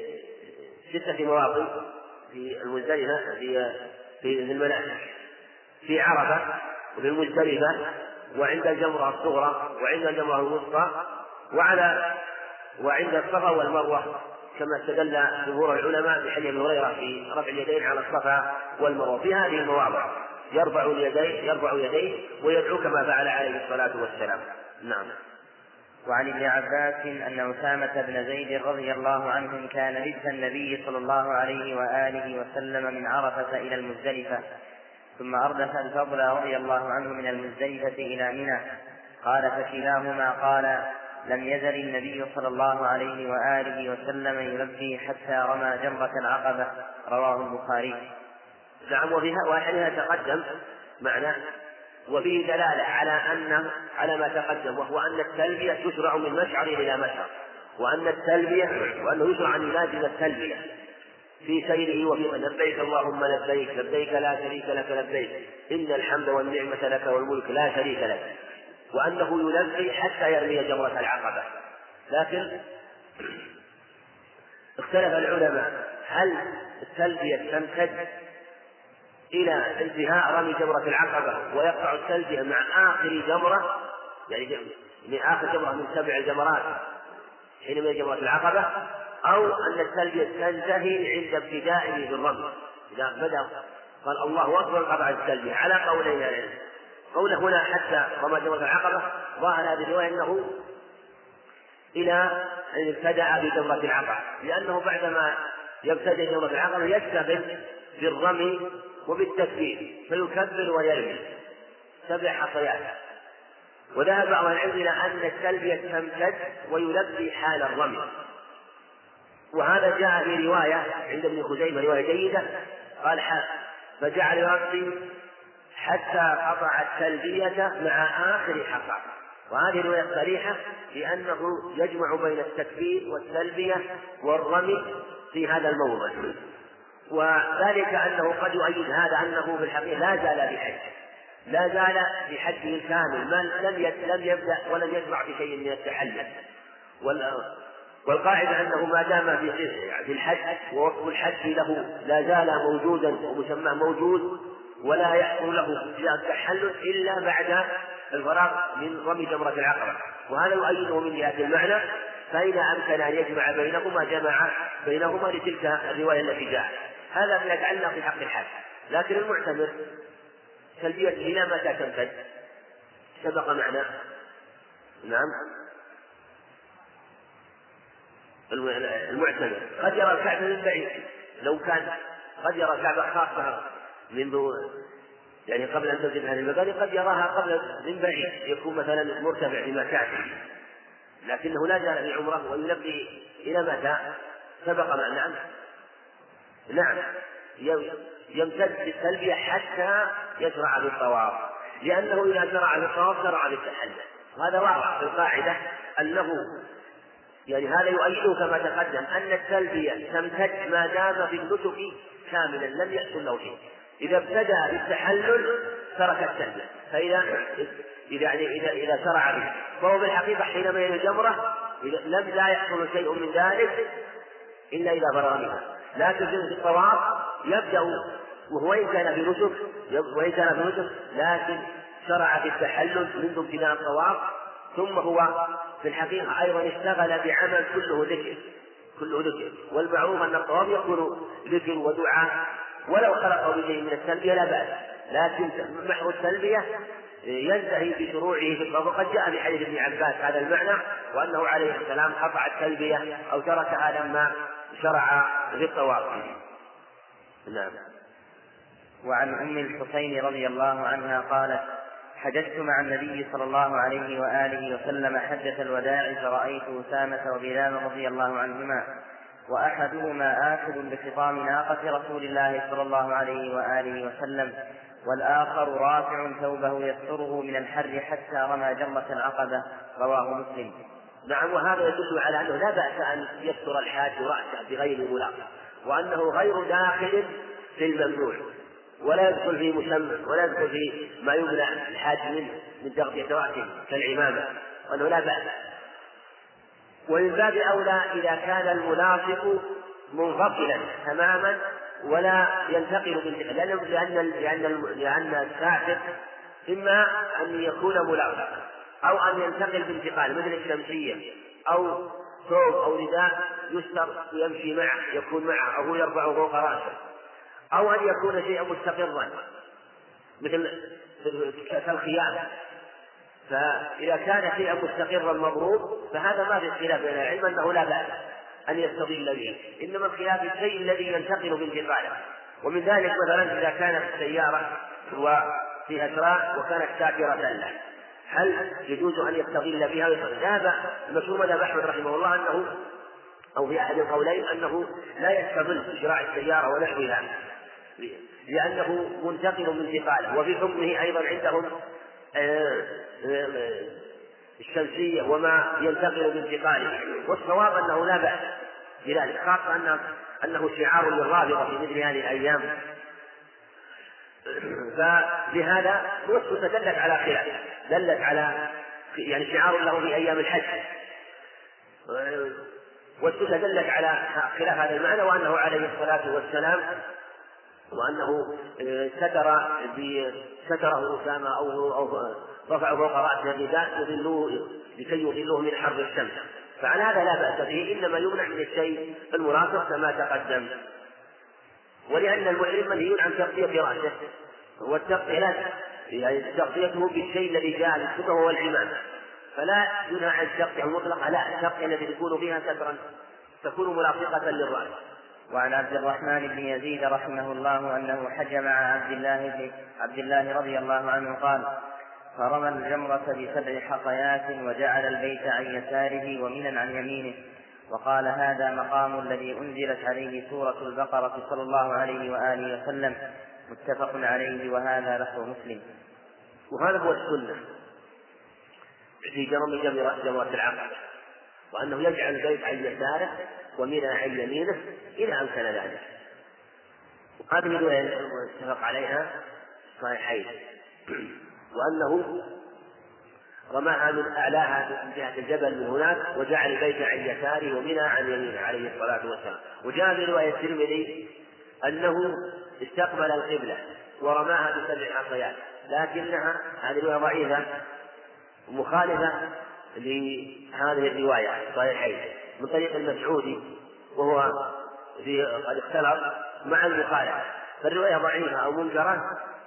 ستة مواطن في المزدلفة في في المناسك، في عرفة وفي المزدلفة وعند الجمرة الصغرى وعند الجمرة الوسطى وعلى وعند الصفا والمروة، كما استدل جمهور العلماء بحديث ابي هريرة في رفع اليدين على الصفا والمروة. في هذه المواضع يرفع اليدين يرفع يديه ويدعو كما فعل عليه الصلاة والسلام. نعم. وعن ابن عباس أن أسامة بن زيد رضي الله عنهم كان لبس النبي صلى الله عليه وآله وسلم من عرفة إلى المزدلفة، ثم أردف الفضل رضي الله عنه من المزدلفة إلى منى، قال فكلاهما قال لم يزل النبي صلى الله عليه وآله وسلم يلبي حتى رمى جمرة العقبة، رواه البخاري. نعم. وحينها تقدم معنى وفيه دلالة على أن على ما تقدم، وهو أن التلبية تشرع من مشعر إلى مشعر، وأن التلبية وأنه يشرع أن يلازم التلبية في سيره وفي لبيك اللهم لبيك لبيك لا شريك لك لبيك إن الحمد والنعمة لك والملك لا شريك لك، وأنه يلبي حتى يرمي جمرة العقبة. لكن اختلف العلماء هل التلبية تمتد إلى انتهاء رمي جمرة العقبة ويقطع التلبية مع آخر جمرة، يعني من آخر جمرة من سبع الجمرات حين من جمرة العقبة، أو أن التلبية تنتهي عند ابتدائه بالرمي، إذا بدأ قال الله أكبر قطع التلبية، على قولين العلم. قوله هنا حتى رمى جمرة العقبة ظاهر هذه الرواية أنه إلى أن ابتدأ بجمرة العقبة، لأنه بعدما يبتدئ جمرة العقبة يكتفي بالرمي وبالتكبير فيكبر ويرمي سبع حصيات. وذهب بعض العلم إلى أن التلبية تمتد ويلبي حال الرمي، وهذا جاء في رواية عند ابن خزيمة رواية جيدة قال فجعل يرمي حتى قطع التلبية مع آخر حصى، وهذه الرواية صريحة بأنه يجمع بين التكبير والتلبية والرمي في هذا الموضع، وذلك أنه قد يؤيد هذا أنه في الحقيقة لا زال بحج لا زال بحجه الكامل، من لم يبدأ ولم يجمع بشيء من التحلل. والقاعدة أنه ما دام في الحج ووصف الحج له لا زال موجودا ومسمى موجود ولا يحصل له التحلل إلا بعد الفراغ من رمي جمرة العقبة، وهذا يؤيده من جهة المعنى، فإذا أمكن أن يجمع بينهما جمع بينهما لتلك الرواية التي جاءت. هذا ما يتعلق بحق الحج. لكن المعتمر تلبية إلى متى تمتد سبق معنا. نعم. المعتمر قد يرى الكعبة من بعيد، لو كان قد يرى الكعبة خاصة منذ يعني قبل أن تنزل هذه المباني، قد يراها قبل من بعيد يكون مثلا مرتفع في مكان، لكنه لا زال في عمره ويلبي إلى متى سبق معنا. نعم. يمتد بالتلبية حتى يشرع بالطواف، لأنه إذا شرع بالطواف شرع بالتحلل، وهذا واضح في القاعدة أنه يعني هذا يؤيده كما تقدم أن التلبية تمتد ما دام في النسك كاملا لم يحصل له شيء. إذا ابتدأ بالتحلل ترك التلبية، فإذا إذا يعني إذا إذا شرع به فهو في الحقيقة حينما يلي الجمرة لم لا يحصل شيء من ذلك إلا إذا فرغ منها. لكن في الطواف يبدأ وهو إن كان في نسك وإن كان في نسك لكن شرع في التحلل منذ ابتداء الطواف، ثم هو في الحقيقة أيضا اشتغل بعمل كله ذكر كله ذكر والمعروف أن الطواف يكون ذكر ودعاء ولو خلقه بشيء من التلبية لا بأس، لكن محو التلبية ينتهي بشروعه في الطواف. وقد جاء في حديث ابن عباس هذا المعنى، وأنه عليه السلام قطع التلبية أو تركها لما شرع في الطواف. نعم. وعن أم الحسين رضي الله عنها قالت: حججت مع النبي صلى الله عليه وآله وسلم حجة الوداع فرأيت أسامة وبلال رضي الله عنهما، وأحدهما آخذ بخطام ناقة رسول الله صلى الله عليه وآله وسلم، والآخر رافع ثوبه يستره من الحر حتى رمى جمرة العقبة. رواه مسلم. نعم. وهذا يدل على أنه لا بأس أن يستر الحاج رأسه بغير ملاقة، وأنه غير داخل في الممنوع، ولا يدخل في مسمى ولا يدخل في ما يمنع الحاج منه من تغطية رأسه كالعمامة، وأنه لا بأس. ومن باب أولى إذا كان الملاصق منفصلا تماما ولا ينتقل بالانتقال، لأن لأن لأن الساحق إما أن يكون ملاصق أو أن ينتقل بانتقال مثل الشمسية أو ثوب أو رداء يستر يمشي معه يكون معه أو يرفعه فوق رأسه، أو أن يكون شيئا مستقرا مثل كالخيام. فإذا كان شيئا مستقرا مضروب فهذا ما في خلاف بين العلم أنه لا بأس أن يستظل به، إنما الخلاف الشيء الذي ينتقل بانتقاله. ومن ذلك مثلا إذا كانت السيارة وفي أسراء وكانت ساكرة له، هل يجوز أن يستظل بها؟ ذهب المشهور مذهب أحمد رحمه الله أنه أو في أحد القولين أنه لا يستظل بشراع السيارة ونحوها لأنه منتقل بانتقاله. وفي حكمه أيضا عندهم الشمسية وما ينتقل بانتقاله، والصواب أنه لا بأس بذلك، خاصة أنه, أنه شعار للرابطة في مثل هذه الأيام. فلهذا النصوص دلت على خلاف، دلت على يعني شعار له في أيام الحج، والسنة دلت على خلاف هذا المعنى، وأنه عليه الصلاة والسلام وأنه ستر ستره أسامة أو أو رفع فوق رأسه الرداء يظلوه لكي يظلوه من حر الشمس، فعلى هذا لا بأس به، إنما يمنع من الشيء المرافق كما تقدم. ولأن المحرم منهي عن تغطية رأسه، والتغطية يعني تغطيته بالشيء الذي جاء للسنة وهو العمامة، فلا ينهى عن التغطية المطلقة، لا، التغطية التي تكون فيها سترا تكون ملاصقة للرأس. وعن عبد الرحمن بن يزيد رحمه الله أنه حج مع عبد الله بن عبد الله رضي الله عنه قال: فرمى الجمرة بسبع حصيات وجعل البيت عن يساره ومنا عن يمينه، وقال: هذا مقام الذي أنزلت عليه سورة البقرة صلى الله عليه وآله وسلم. متفق عليه، وهذا لفظ مسلم. وهذا هو السنة في جرم جمرة العقبة، وأنه يجعل البيت عن يساره ومنى عن يمينه إذا أمكن ذلك. وهذه الرواية اتفق عليها صحيحين، وأنه رماها من أعلاها من جهة الجبل من هناك وجعل البيت عن يساره ومنى عن يمينه عليه الصلاة والسلام. وجاء في رواية الترمذي أنه استقبل القبلة ورماها بسبع حصيات، لكنها هذه الرواية ضعيفة مخالفة لهذه الرواية صحيحين من طريق المسعودي، وهو في قد اختلط مع المخالفة، فالرواية ضعيفة أو منكرة.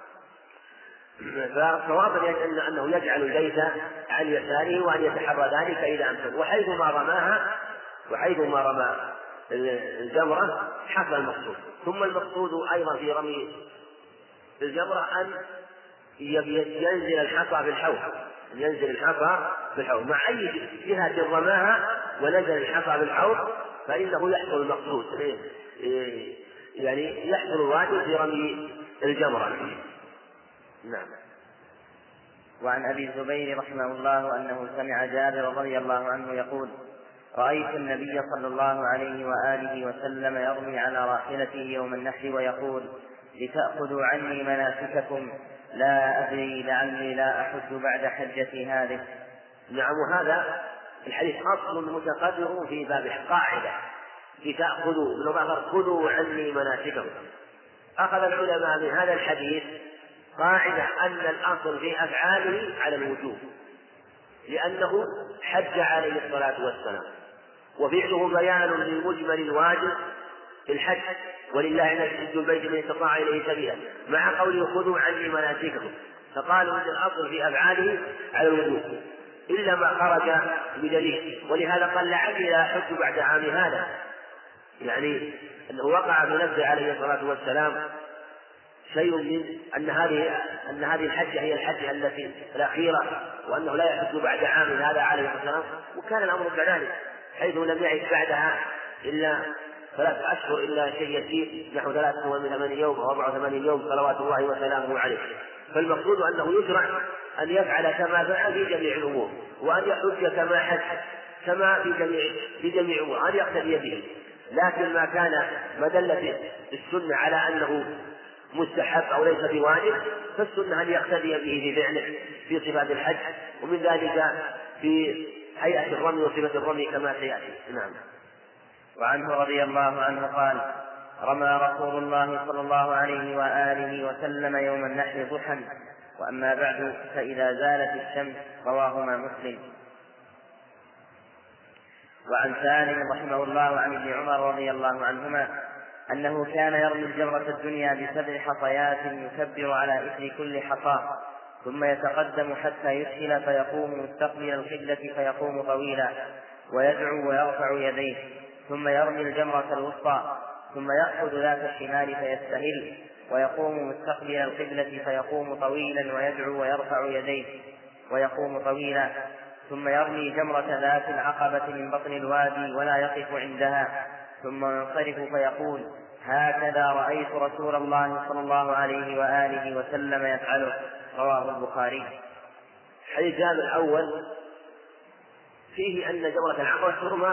فالصواب أنه يجعل البيت عن يساره وأن يتحرى ذلك إذا أمكن، وحيثما رماها وحيثما رمى الجمرة حصل المقصود. ثم المقصود أيضا في رمي الجمرة أن ينزل الحصى في الحوض، ينزل الحصى في الحوض مع أي جهة رماها ونزل الحصى في الحوض فإنه يحصل المقصود، يعني يحصل الواجب في رمي الجمرة. نعم. وعن أبي الزبير رحمه الله أنه سمع جابر رضي الله عنه يقول: رأيت النبي صلى الله عليه وآله وسلم يرمي على راحلته يوم النحر ويقول: لتأخذوا عني مناسككم، لا أدري لعلي لا أحج بعد حجتي هذه. نعم. وهذا الحديث أصل متقرر في باب قاعدة: لتأخذوا من خذوا عني مناسككم. أخذ العلماء من هذا الحديث قاعدة أن الأصل في أفعاله على الوجوب، لأنه حج عليه الصلاة والسلام، وفعله بيان لمجمل الواجب في الحج، ولله أن يحج البيت من استطاع إليه سبيلا، مع قوله خذوا عني مناسككم، فقالوا أن الأصل في أفعاله على الوجوب إلا ما خرج بدليل، ولهذا قال لعلي لا أحج بعد عام هذا، يعني أنه وقع في نفسه عليه الصلاة والسلام شيء من أن هذه أن هذه الحجة هي الحجة التي الأخيرة، وأنه لا يحج بعد عام هذا عليه الصلاة والسلام، وكان الأمر كذلك حيث لم يعد بعدها إلا ثلاث أشهر إلا شيء يسير نحو ثلاثة وثمانين يوم أو أربعة وثمانين يوم صلوات الله وسلامه عليه. فالمقصود أنه يشرع أن يفعل كما فعل في جميع الأمور، وأن يحج كما حج كما في جميع في جميع الأمور، أن يقتدي به. لكن ما كان مدلة السنة على أنه مستحب أو ليس بواجب، فالسنة أن يقتدي به في فعله في صفات الحج، ومن ذلك في هيئة الرمي وصفة الرمي كما سيأتي. نعم. وعنه رضي الله عنه قال: رمى رسول الله صلى الله عليه وآله وسلم يوم النحر ضحى، وأما بعد فإذا زالت الشمس. رواهما مسلم. وعن سالم رحمه الله عن ابن عمر رضي الله عنهما أنه كان يرمي الجمرة الدنيا بسبع حصيات يكبر على إثر كل حصاة، ثم يتقدم حتى يسهل فيقوم مستقبل القبلة فيقوم طويلا ويدعو ويرفع يديه، ثم يرمي الجمرة الوسطى، ثم يأخذ ذات الشمال فيستهل ويقوم مستقبل القبلة فيقوم طويلا ويدعو ويرفع يديه ويقوم طويلا، ثم يرمي جمرة ذات العقبة من بطن الوادي ولا يقف عندها، ثم ينصرف فيقول: هكذا رأيت رسول الله صلى الله عليه وآله وسلم يفعله. رواه البخاري. الحديث الأول فيه أن جمرة العقبة ترمى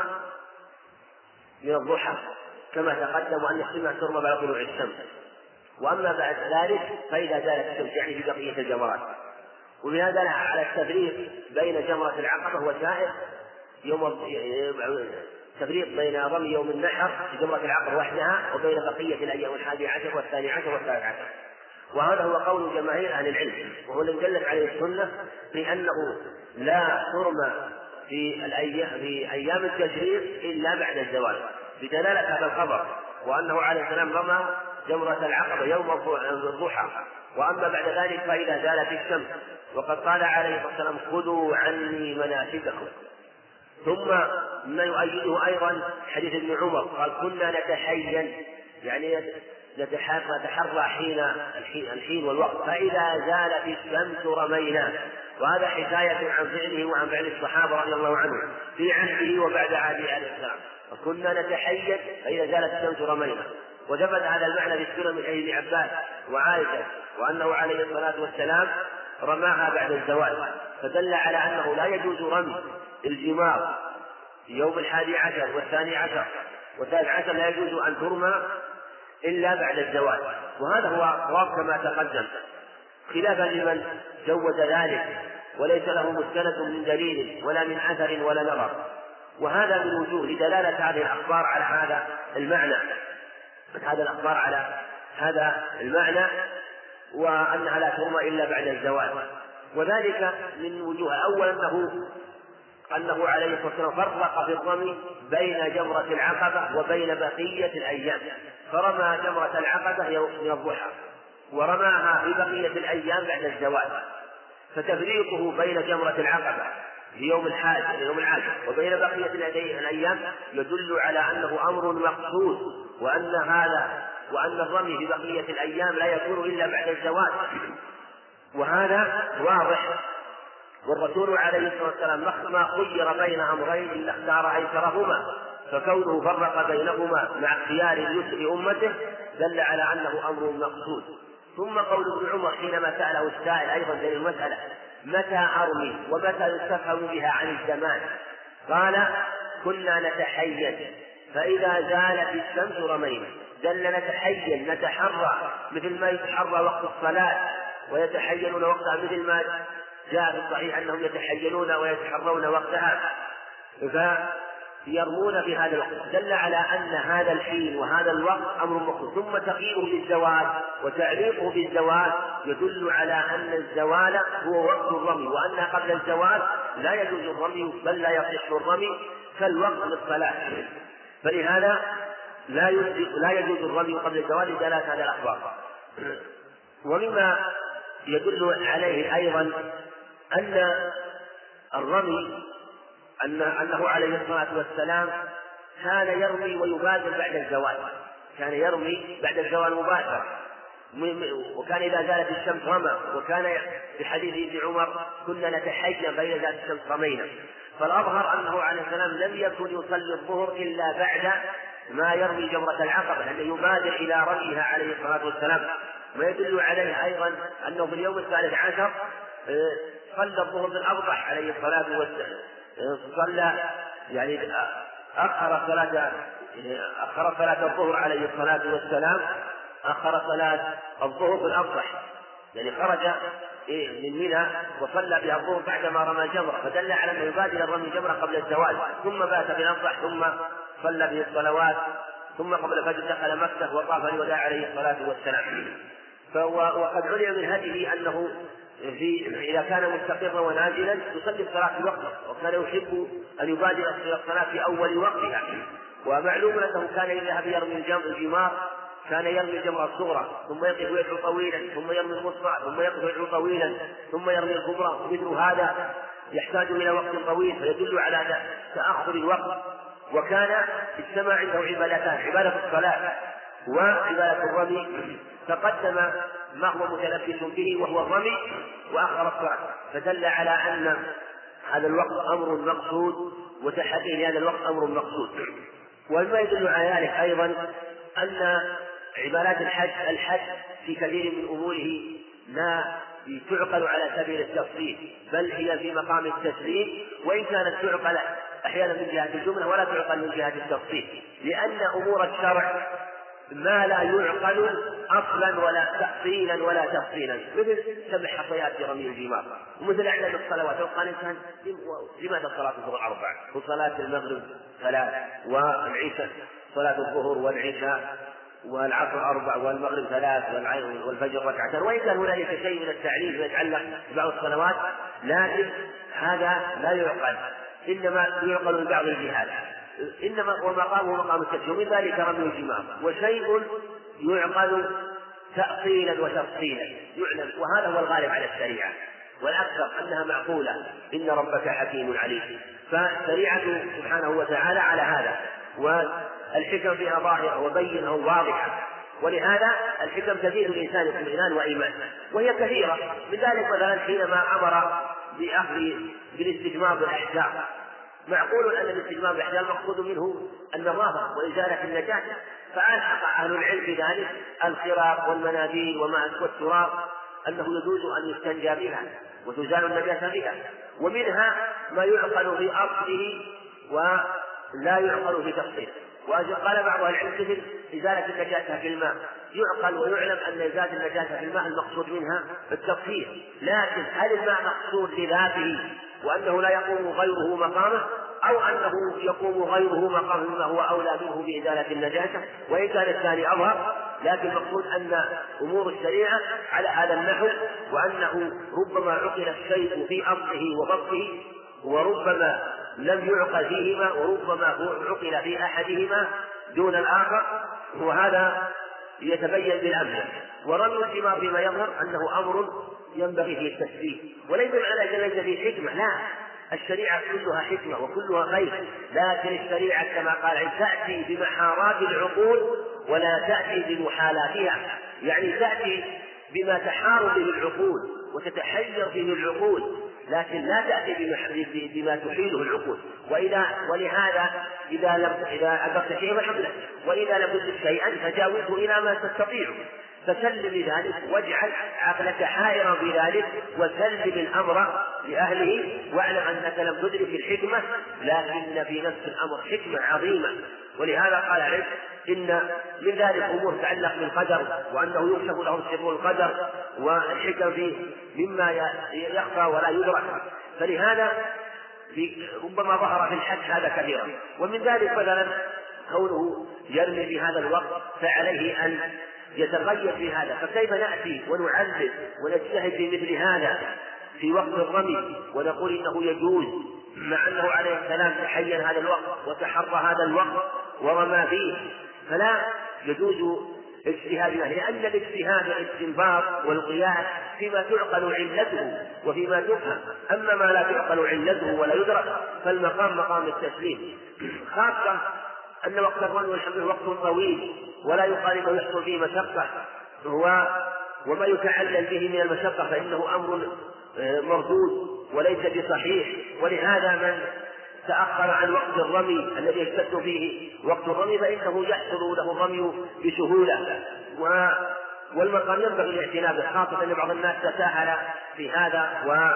من الضحى كما تقدم، أن السنة ترمى بعد طلوع الشمس، وأما بعد ذلك فإذا زالت الشمس يعني في بقية الجمرات. ومن هذا على التفريق بين جمرة العقبة وسائر يوم التفريق بين رمي يوم النحر في جمرة العقبة وحدها وبين بقية الأيام الحادي عشر والثاني عشر والثالث عشر. وهذا هو قول جماهير أهل العلم، وهو الذي دلت عليه السنة في أنه لا ترمى في الأيام في أيام التشريق إلا بعد الزوال، بدلالة هذا الخبر، وأنه عليه السلام رمى جمرة العقبة يوم الضحى، وأما بعد ذلك فإذا زالت الشمس. وقد قال عليه الصلاة والسلام: خذوا عني مناسككم. ثم ما يؤيده أيضا حديث ابن عمر قال: كنا نتحين، يعني نتحرى حين الحين والوقت، فإذا زالت الشمس رمينا. وهذا حكاية عن فعله وعن فعل الصحابة رضي الله عنهم في عهده وبعد عهده عليه السلام. وكنا نتحين فإذا زالت الشمس رمينا. وثبت هذا المعنى في السنن من ابن عباس وعائشة، وأنه عليه الصلاة والسلام رماها بعد الزوال، فدل على أنه لا يجوز رمي الجمار في يوم الحادي عشر والثاني عشر والثالث عشر، لا يجوز أن ترمى إلا بعد الزوال. وهذا هو الصواب كما تقدم، خلافا لمن جوز ذلك وليس له مستند من دليل ولا من أثر ولا نظر. وهذا من وجوه لدلالة هذه الأخبار على هذا المعنى هذا الأخبار على هذا المعنى وأنها لا ترمى إلا بعد الزوال. وذلك من وجوه: أولا أنه أنه عليه الصلاة والسلام فرق في الرمي بين جمرة العقبة وبين بقية الأيام، فرمى جمرة العقبة من الضحى ورماها في بقية الأيام بعد الزوال. فتفريقه بين جمرة العقبة في يوم الحادي يوم العاشر وبين بقية الأيام يدل على أنه أمر مقصود، وأن هذا وأن الرمي في بقية الأيام لا يكون إلا بعد الزوال، وهذا واضح. والرسول عليه الصلاة والسلام ما خير بين أمرين إلا اختار أيسرهما، فكونه فرق بينهما مع اختيار اليسر أمته دل على أنه أمر مقصود. ثم قول ابن عمر حينما سأله السائل أيضا في المسألة: متى أرمي ومتى يستفهم بها عن الزمان؟ قال: كنا نتحين فإذا زالت الشمس رمينا. دل نتحين نتحرى مثل ما يتحرى وقت الصلاة ويتحينون وقتها، مثل ما جاء في الصحيح أنهم يتحينون ويتحرون وقتها. يرمون في هذا الوقت، دل على أن هذا الحين وهذا الوقت أمر مخصوص. ثم تقييده بالزوال وتعليقه بالزوال يدل على أن الزوال هو وقت الرمي، وأن قبل الزوال لا يجوز الرمي بل لا يصح الرمي كالوقت للصلاة. فلهذا لا لا يجوز الرمي قبل الزوال لدلالة هذا الأخبار. ومما يدل عليه أيضا أن الرمي أن أنه عليه الصلاة والسلام كان يرمي ويبادر بعد الزوال، كان يرمي بعد الزوال مباشرة، وكان إذا زالت الشمس رمى. وكان في حديث ابن عمر كنا نتحين فإذا زالت الشمس رمينا. فالأظهر أنه عليه السلام لم يكن يصلي الظهر إلا بعد ما يرمي جمرة العقبة، لأنه يبادر إلى رميها عليه الصلاة والسلام. ويدل عليه أيضا أنه في اليوم الثالث عشر صلى الظهر بالأبطح عليه الصلاة والسلام، صلى يعني أخر صلاة أخر صلاة الظهر عليه الصلاة والسلام أخر صلاة الظهر بالأبطح، يعني خرج من منى وصلى بها الظهر بعدما رمى جمرة، فدل على أنه يبادر الرمي جمرة قبل الزوال، ثم بات بالأبطح ثم صلى به الصلوات، ثم قبل الفجر دخل مكة وطاف الوداع عليه الصلاة والسلام. وقد علم من هديه أنه في إذا كان مستقرا ونازلا يصلي الصلاة في وقته، وكان يحب أن يبادر الصلاة في أول وقتها. ومعلوم أنه كان يذهب يرمي الجمار، كان يرمي الجمرة الصغرى ثم يقف ويدعو طويلا، ثم يرمي الوسطى ثم يقف ويدعو طويلا، ثم يرمي الكبرى. مثل هذا يحتاج إلى وقت طويل، فيدل على تأخر الوقت. وكان اجتمع عنده عبادتان، عبادة الصلاة وعبادة الرمي، فقدم ما هو متلبس به وهو الرمي وأخر الصلاة، فدل على أن هذا الوقت أمر مقصود وتحقيق هذا الوقت أمر مقصود. وما يدل على ذلك أيضا أن عبادات الحج الحج في كثير من أموره لا تعقل على سبيل التفصيل، بل هي في مقام التسليم، وإن كانت تعقل أحيانا من جهة الجملة ولا تعقل من جهة التفصيل، لأن أمور الشرع ما لا يعقل أصلا ولا تأصيلا ولا تفصيلا، مثل سبع حصيات في رمي الجمار، ومثل أعلام الصلوات. وقال الإنسان لماذا صلاة الظهر أربع وصلاة المغرب ثلاث والعشاء صلاة الظهر والعشاء والعصر أربع والمغرب ثلاث والفجر ركعتان؟ وإن كان هنالك شيء من التعليل يتعلق ببعض الصلوات، لكن هذا لا يعقل، إنما يعقل من بعض الجهات، إنما ومقامه مقام التفصيل، ومن ذلك رمي الجمار. وشيء يعقل تأصيلا وتفصيلا يعلم، وهذا هو الغالب على الشريعة، والأكثر أنها معقولة، إن ربك حكيم عليم. فالشريعة سبحانه وتعالى على هذا، والحكم فيها ظاهرة وبينة واضحة، ولهذا الحكم تزيد الإنسان اطمئنان وإيمان، وهي كثيرة. من ذلك مثلا حينما أمر بأخذ بالاستجمار بالأحجار، معقول أن الاستجمار بالأحجار المقصود منه النظافة وإزالة النجاسة، فألحق أهل العلم بذلك الخراق والمناديل وما والتراب أنه يجوز أن يستنجى بها وتزال النجاسة بها. ومنها ما يعقل في أصله ولا يعقل في تفصيله. وقال بعض أهل العلم مثل إزالة النجاسة في الماء، يعقل ويعلم أن إزالة النجاسة في الماء المقصود منها التطهير، لكن هل الماء مقصود لذاته وأنه لا يقوم غيره مقامه، أو أنه يقوم غيره مقامه مما هو أولى منه بإزالة النجاسة؟ وإن كان الثاني أظهر، لكن المقصود أن أمور الشريعة على هذا النحو، وأنه ربما عقل الشيء في أصله وضبطه، وربما لم يعقل فيهما، وربما عقل في أحدهما دون الآخر، وهذا يتبين بالأمثلة. ورمي الجمار فيما يظهر أنه أمر ينبغي فيه التسبيح، وليس معنى ليس فيه حكمة، لا، الشريعة كلها حكمة وكلها خير، لكن الشريعة كما قال تأتي بمحارات العقول ولا تأتي بمحالاتها، يعني تأتي بما تحار به العقول وتتحير به العقول، لكن لا تأتي بما تحيله العقول. وإذا ولهذا إذا لم إذا أدركت شيئا فالحمد لله، وإذا لم تدرك شيئا فجاوزه إلى ما تستطيع، فسلم بذلك واجعل عقلك حائرا بذلك، وسلم الأمر لأهله، واعلم أنك لم تدرك الحكمة، لكن في نفس الأمر حكمة عظيمة. ولهذا قال عليه إن من ذلك أمور تتعلق بالقدر، وأنه يكشف له سر القدر والحكم فيه مما يخفى ولا يدرك. فلهذا ربما ظهر في الحج هذا كثيرا. ومن ذلك مثلا كونه يرمي في هذا الوقت فعليه أن يتغير في هذا، فكيف نأتي ونعلل ونجتهد في مثل هذا في وقت الرمي ونقول إنه يجوز، مع أنه عليه السلام تحين هذا الوقت وتحرى هذا الوقت ورمى فيه؟ فلا يجوز اجتهادنا، لأن الاجتهاد والاستنباط والقياس فيما تعقل علته وفيما تفهم، أما ما لا تعقل علته ولا يدرك فالمقام مقام التسليم، خاصة أن وقت الرمي والحمل وقت طويل ولا يقال أنه يحصل فيه مشقة، هو وما يتعلل به من المشقة فإنه أمر مردود وليس بصحيح. ولهذا من تأخر عن وقت الرمي الذي يشتد فيه وقت الرمي فإنه يحصل له الرمي بسهولة، والمقام ينبغي الاعتناء به، خاصة أن بعض الناس تساهل في هذا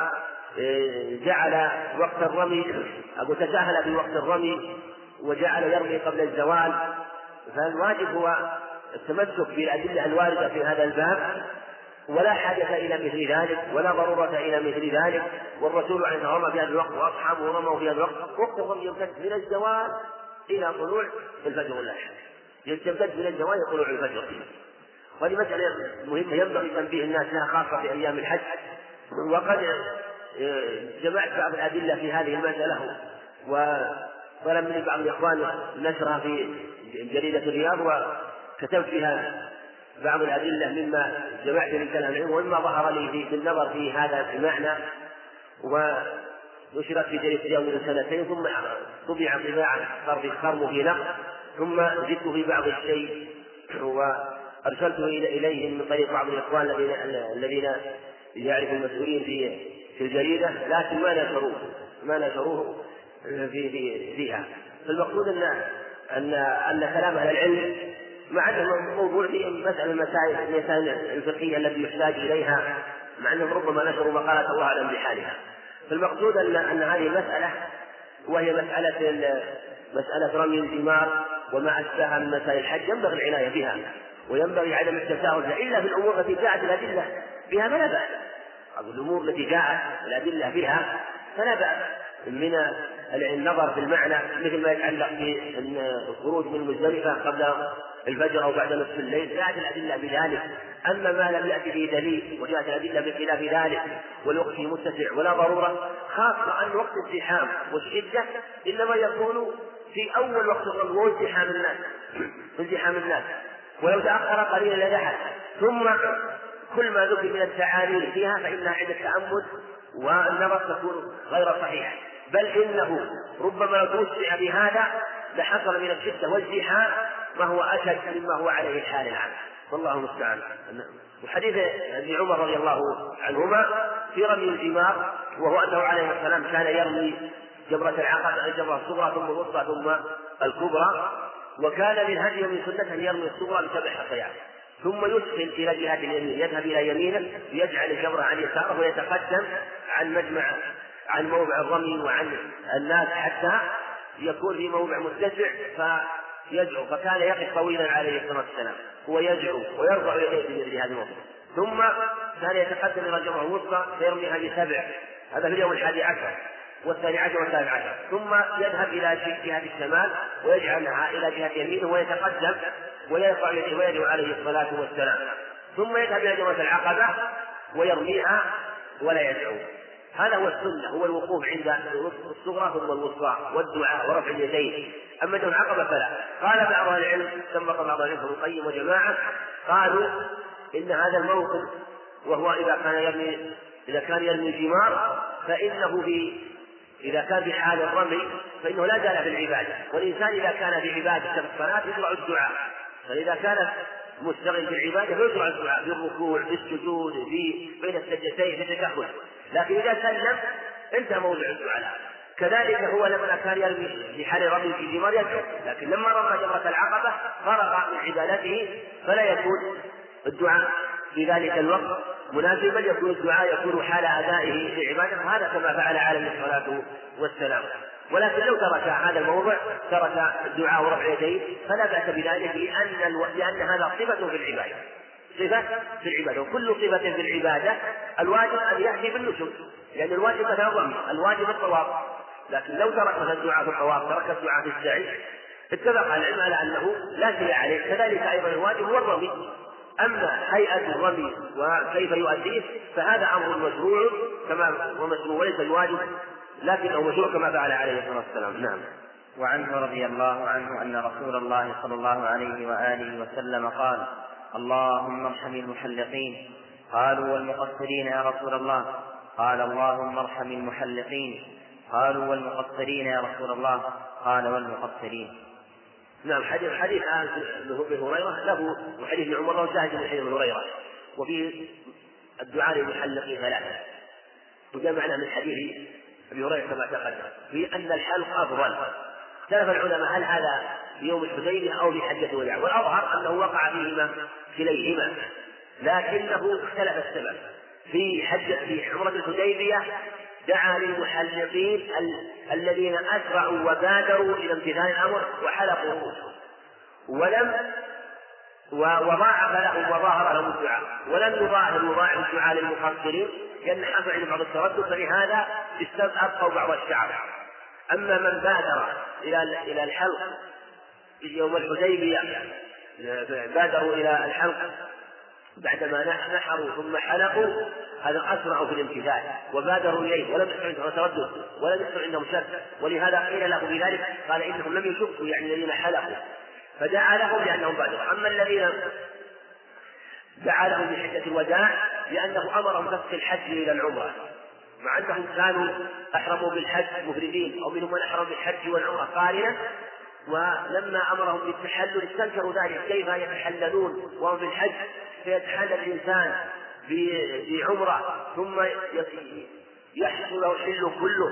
وجعل وقت الرمي أو تساهل في وقت الرمي وجعل يرمي قبل الزوال. فالواجب هو التمسك بالأدلة الواردة في هذا الباب، ولا حاجة إلى مثل ذلك ولا ضرورة إلى مثل ذلك. والرسول عليه الصلاة والسلام في هذا الوقت وأصحابه رموا في هذا الوقت، وقت الرمي يمتد من الزوال إلى طلوع الفجر الأحد، يمتد من الزوال إلى طلوع الفجر. وهذه مسألة مهمة ينبغي تنبيه الناس لها خاصة في أيام الحج. وقد جمعت بعض الأدلة في هذه المسألة وطلب من بعض الإخوان نشرها في جريدة الرياض، وكتبت فيها بعض الأدلة مما جمعت من كلام العلم ومما ظهر لي في النظر في هذا المعنى، ونشرت في جريدة الرياض من سنتين، ثم طبع طباعا صار في خرم في نقد، ثم زدت في بعض الشيء وأرسلته إليهم من طريق بعض الإخوان الذين الذين يعرف المسؤولين في في الجريدة، لكن ما نشروه ما نشروه في في فيها. فالمقصود أن أن أن كلام أهل العلم مع أنه موضوع في مسألة المسائل المسائل الفقهية التي يحتاج إليها، مع أنهم ربما نشروا مقالات الله أعلم بحالها. فالمقصود أن أن هذه مسألة، وهي مسألة مسألة رمي الجمار وما أشبهها من مسائل الحج، ينبغي العناية بها وينبغي عدم التساهل بها، إلا في الأمور التي جاءت الأدلة بها فلا بأس. الأمور التي جاءت الأدلة بها فلا بأس من النظر في المعنى، مثل ما يتعلق بالخروج من مزدلفة قبل الفجر أو بعد نصف الليل، جاءت الأدلة بذلك. أما ما لم يأتي به دليل وجاءت الأدلة بخلاف ذلك والوقت فيه متسع ولا ضرورة، خاصة أن وقت الزحام والشدة إنما يكون في أول وقت الرمي وازدحام الناس ازدحام الناس ولو تأخر قليلا لدحت. ثم كل ما ذكر من التعاليل فيها فإنها عند التعمد والنظر تكون غير صحيحة، بل إنه ربما لو توسع بهذا لحصل من الشدة والزحام ما هو أشد مما هو عليه الحال العام، والله المستعان. وحديث ابن عمر رضي الله عنهما في رمي الجمار، وهو أنه عليه السلام كان يرمي جمرة العقبة الجمرة الصغرى ثم الوسطى ثم الكبرى، وكان من هديه من سنته أن يرمي الصغرى بسبع حصيات ثم يسفل إلى جهة اليمين، يذهب إلى يمينه ويجعل الجمرة عن يساره ويتقدم عن مجمع عن موضع الرمي وعن الناس حتى يكون في موضع متسع فيدعو. فكان يقف طويلا عليه الصلاة والسلام هو يدعو ويرفع يديه في مثل هذه الموضع، ثم كان يتقدم إلى الجمرة الوسطى فيرميها بسبع، هذا في اليوم الحادي عشر والثاني عشر والثالث عشر، ثم يذهب إلى جهة الشمال ويجعلها إلى جهة يمينه ويتقدم ويرفع يديه ويدعو عليه الصلاة والسلام، ثم يذهب إلى جمرة العقبة ويرميها ولا يدعو. هذا هو السنة، هو الوقوف عند الصغرى ثم الوسطى والدعاء ورفع اليدين. أما جمرة العقبة فلا. قال بعض أهل العلم ثم بعض العلم ابن القيم وجماعة قالوا إن هذا الموقف وهو إذا كان يرمي إذا كان يرمي الجمار فإنه في إذا كان في حال الرمي فإنه لا زال في العبادة، والإنسان إذا كان في عبادة كالصلاة يشرع الدعاء، فإذا كان مشتغل في العبادة فيشرع الدعاء في الركوع في السجود في بين السجدتين في التشهد، لكن إذا سلم انتهى موضع الدعاء. كذلك هو لما كان يرمي في حال رمي في جمار يدعو، لكن لما رمى جمرة العقبة فرغ من عبادته فلا يكون الدعاء في ذلك الوقت مناسبا، يكون الدعاء يكون حال أدائه في عبادة، هذا كما فعل عليه الصلاة والسلام. ولكن لو ترك هذا الموضع ترك الدعاء ورفع يديه فلا بأس بذلك، لأن الو... لأن هذا صفة في العبادة صفة في العبادة، وكل صفة في العبادة الواجب أن يأتي بالنسك، لأن الواجب مثلا الرمي، الواجب الطواف، لكن لو ترك مثلا الدعاء في الطواف ترك الدعاء في السعي اتفق العلم على أنه لا شيء عليه. كذلك أيضا الواجب هو الرمي. أما هيئة الرمي وكيف يؤديه فهذا أمر مشروع كما ومشروع وليس الواجب، لكنه مشروع كما فعل عليه الصلاة والسلام. نعم. وعنه رضي الله عنه أن رسول الله صلى الله عليه وآله وسلم قال: اللهم ارحم المحلقين. قالوا: والمقصرين يا رسول الله؟ قال: اللهم ارحم المحلقين. قالوا: والمقصرين يا رسول الله؟ قال: والمقصرين. نعم. حديث حديث ابن هريرة له وحديث ابن عمر وشاهد من حديث ابن هريرة، وفي الدعاء للمحلقين ثلاثة، وجمعنا من حديث ابي هريرة كما تقدم في أن الحلق أفضل. اختلف العلماء هل هذا في يوم الحديبية أو في حجة الوداع، والأظهر أنه وقع فيهما كليهما، لكنه اختلف السبب. في حجة في عمرة الحديبية دعا للمحلقين ال... الذين أسرعوا وبادروا إلى امتثال الأمر وحلقوا رؤوسهم، ولم وضاعف لهم وظاهر لهم الدعاء، ولم يضاعف يضاعف الدعاء للمقصرين لأن حصل عند بعض التردد، فلهذا أبقوا بعض الشعب. أما من بادر إلى إلى الحلق في يوم الحديبية بادروا إلى الحلق بعدما نحروا ثم حلقوا، هذا أسرعوا في الامتثال وبادروا إليه ولم يحصل عندهم تردد ولم يحصل عندهم شك، ولهذا قيل له بذلك قال: إنهم لم يشكوا يعني الذين حلقوا، فدعا لهم لأنهم بادروا. أما الذين دعا لهم بحجة الوداع لأنه أمرهم بفسخ الحج إلى العمرة، مع أنهم كانوا أحرموا بالحج مفردين أو منهم من أحرم بالحج والعمرة قارنة، ولما أمرهم بالتحلل استنكروا ذلك: كيف يتحللون وهم في الحج؟ فيتحلل الإنسان بعمرة ثم يحصل له الحل كله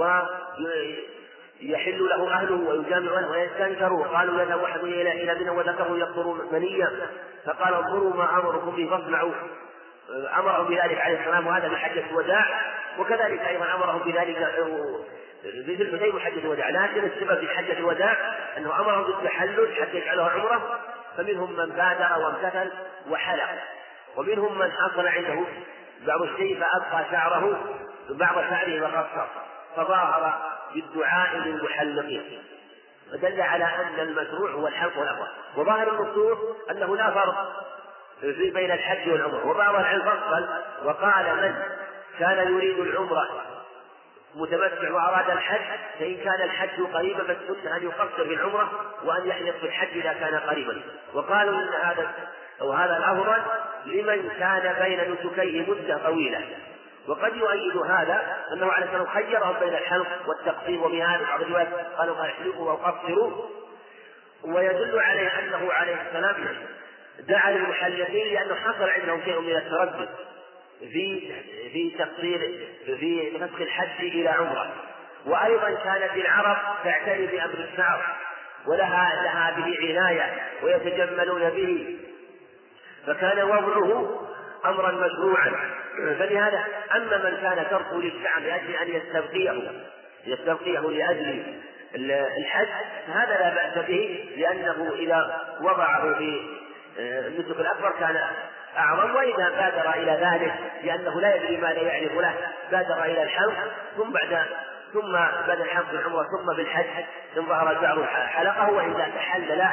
ويحل له أهله ويجامع أهله، ويستنكروا قالوا: يذهب أحد إلى إلى منى وذكره يقطر منيا، فقال: انظروا ما أمركم به فاصنعوا. أمرهم بذلك عليه السلام، وهذا بحجة الوداع. وكذلك أيضا أمرهم بذلك في ذي الحديبية وحجة الوداع، لكن السبب في حجة الوداع أنه أمرهم بالتحلل حتى يجعله عمرة، فمنهم من بادر وامتثل وحلق، ومنهم من حصل عنده بعض الشيء فأبقى شعره بعض شعره وقصر فظاهر بالدعاء للمحلقين، فدل على أن المشروع هو الحلق والأفضل. وظاهر النصوص أنه لا فرق في بين الحج والعمرة، وبعض العلم فصل وقال: من كان يريد العمرة متمتع وأراد الحج فإن كان الحج قريبا فالسنة أن يقصر في العمرة وأن يحلق في الحج إذا كان قريبا. وقالوا إن هذا أو هذا الأفضل لمن كان بين نسكيه مدة طويلة. وقد يؤيد هذا أنه عليه السلام خيرهم بين الحلق والتقصير، وبهذا بعض الروايات قالوا: قال احلقوا أو قصروا. ويدل عليه أنه عليه السلام دعا للمحلقين لأنه حصل عندهم شيء من التردد في في تقصير في فسخ الحج إلى عمرة. وأيضا كانت العرب تعتني بأمر الشعر ولها لها به عناية ويتجملون به، فكان وضعه أمرا مشروعا. فلهذا أما من كان تركه للشعر لأجل أن يستبقيه يستبقيه لأجل الحج فهذا لا بأس به، لأنه إذا وضعه في النسك الأكبر كان أعظم. وإذا بادر إلى ذلك لأنه لا يدري ماذا يعرف له بادر إلى الحلق ثم بعد ثم بعد الحلق بالعمرة ثم بالحج إن ظهر شعر حلقه، وإذا تحلل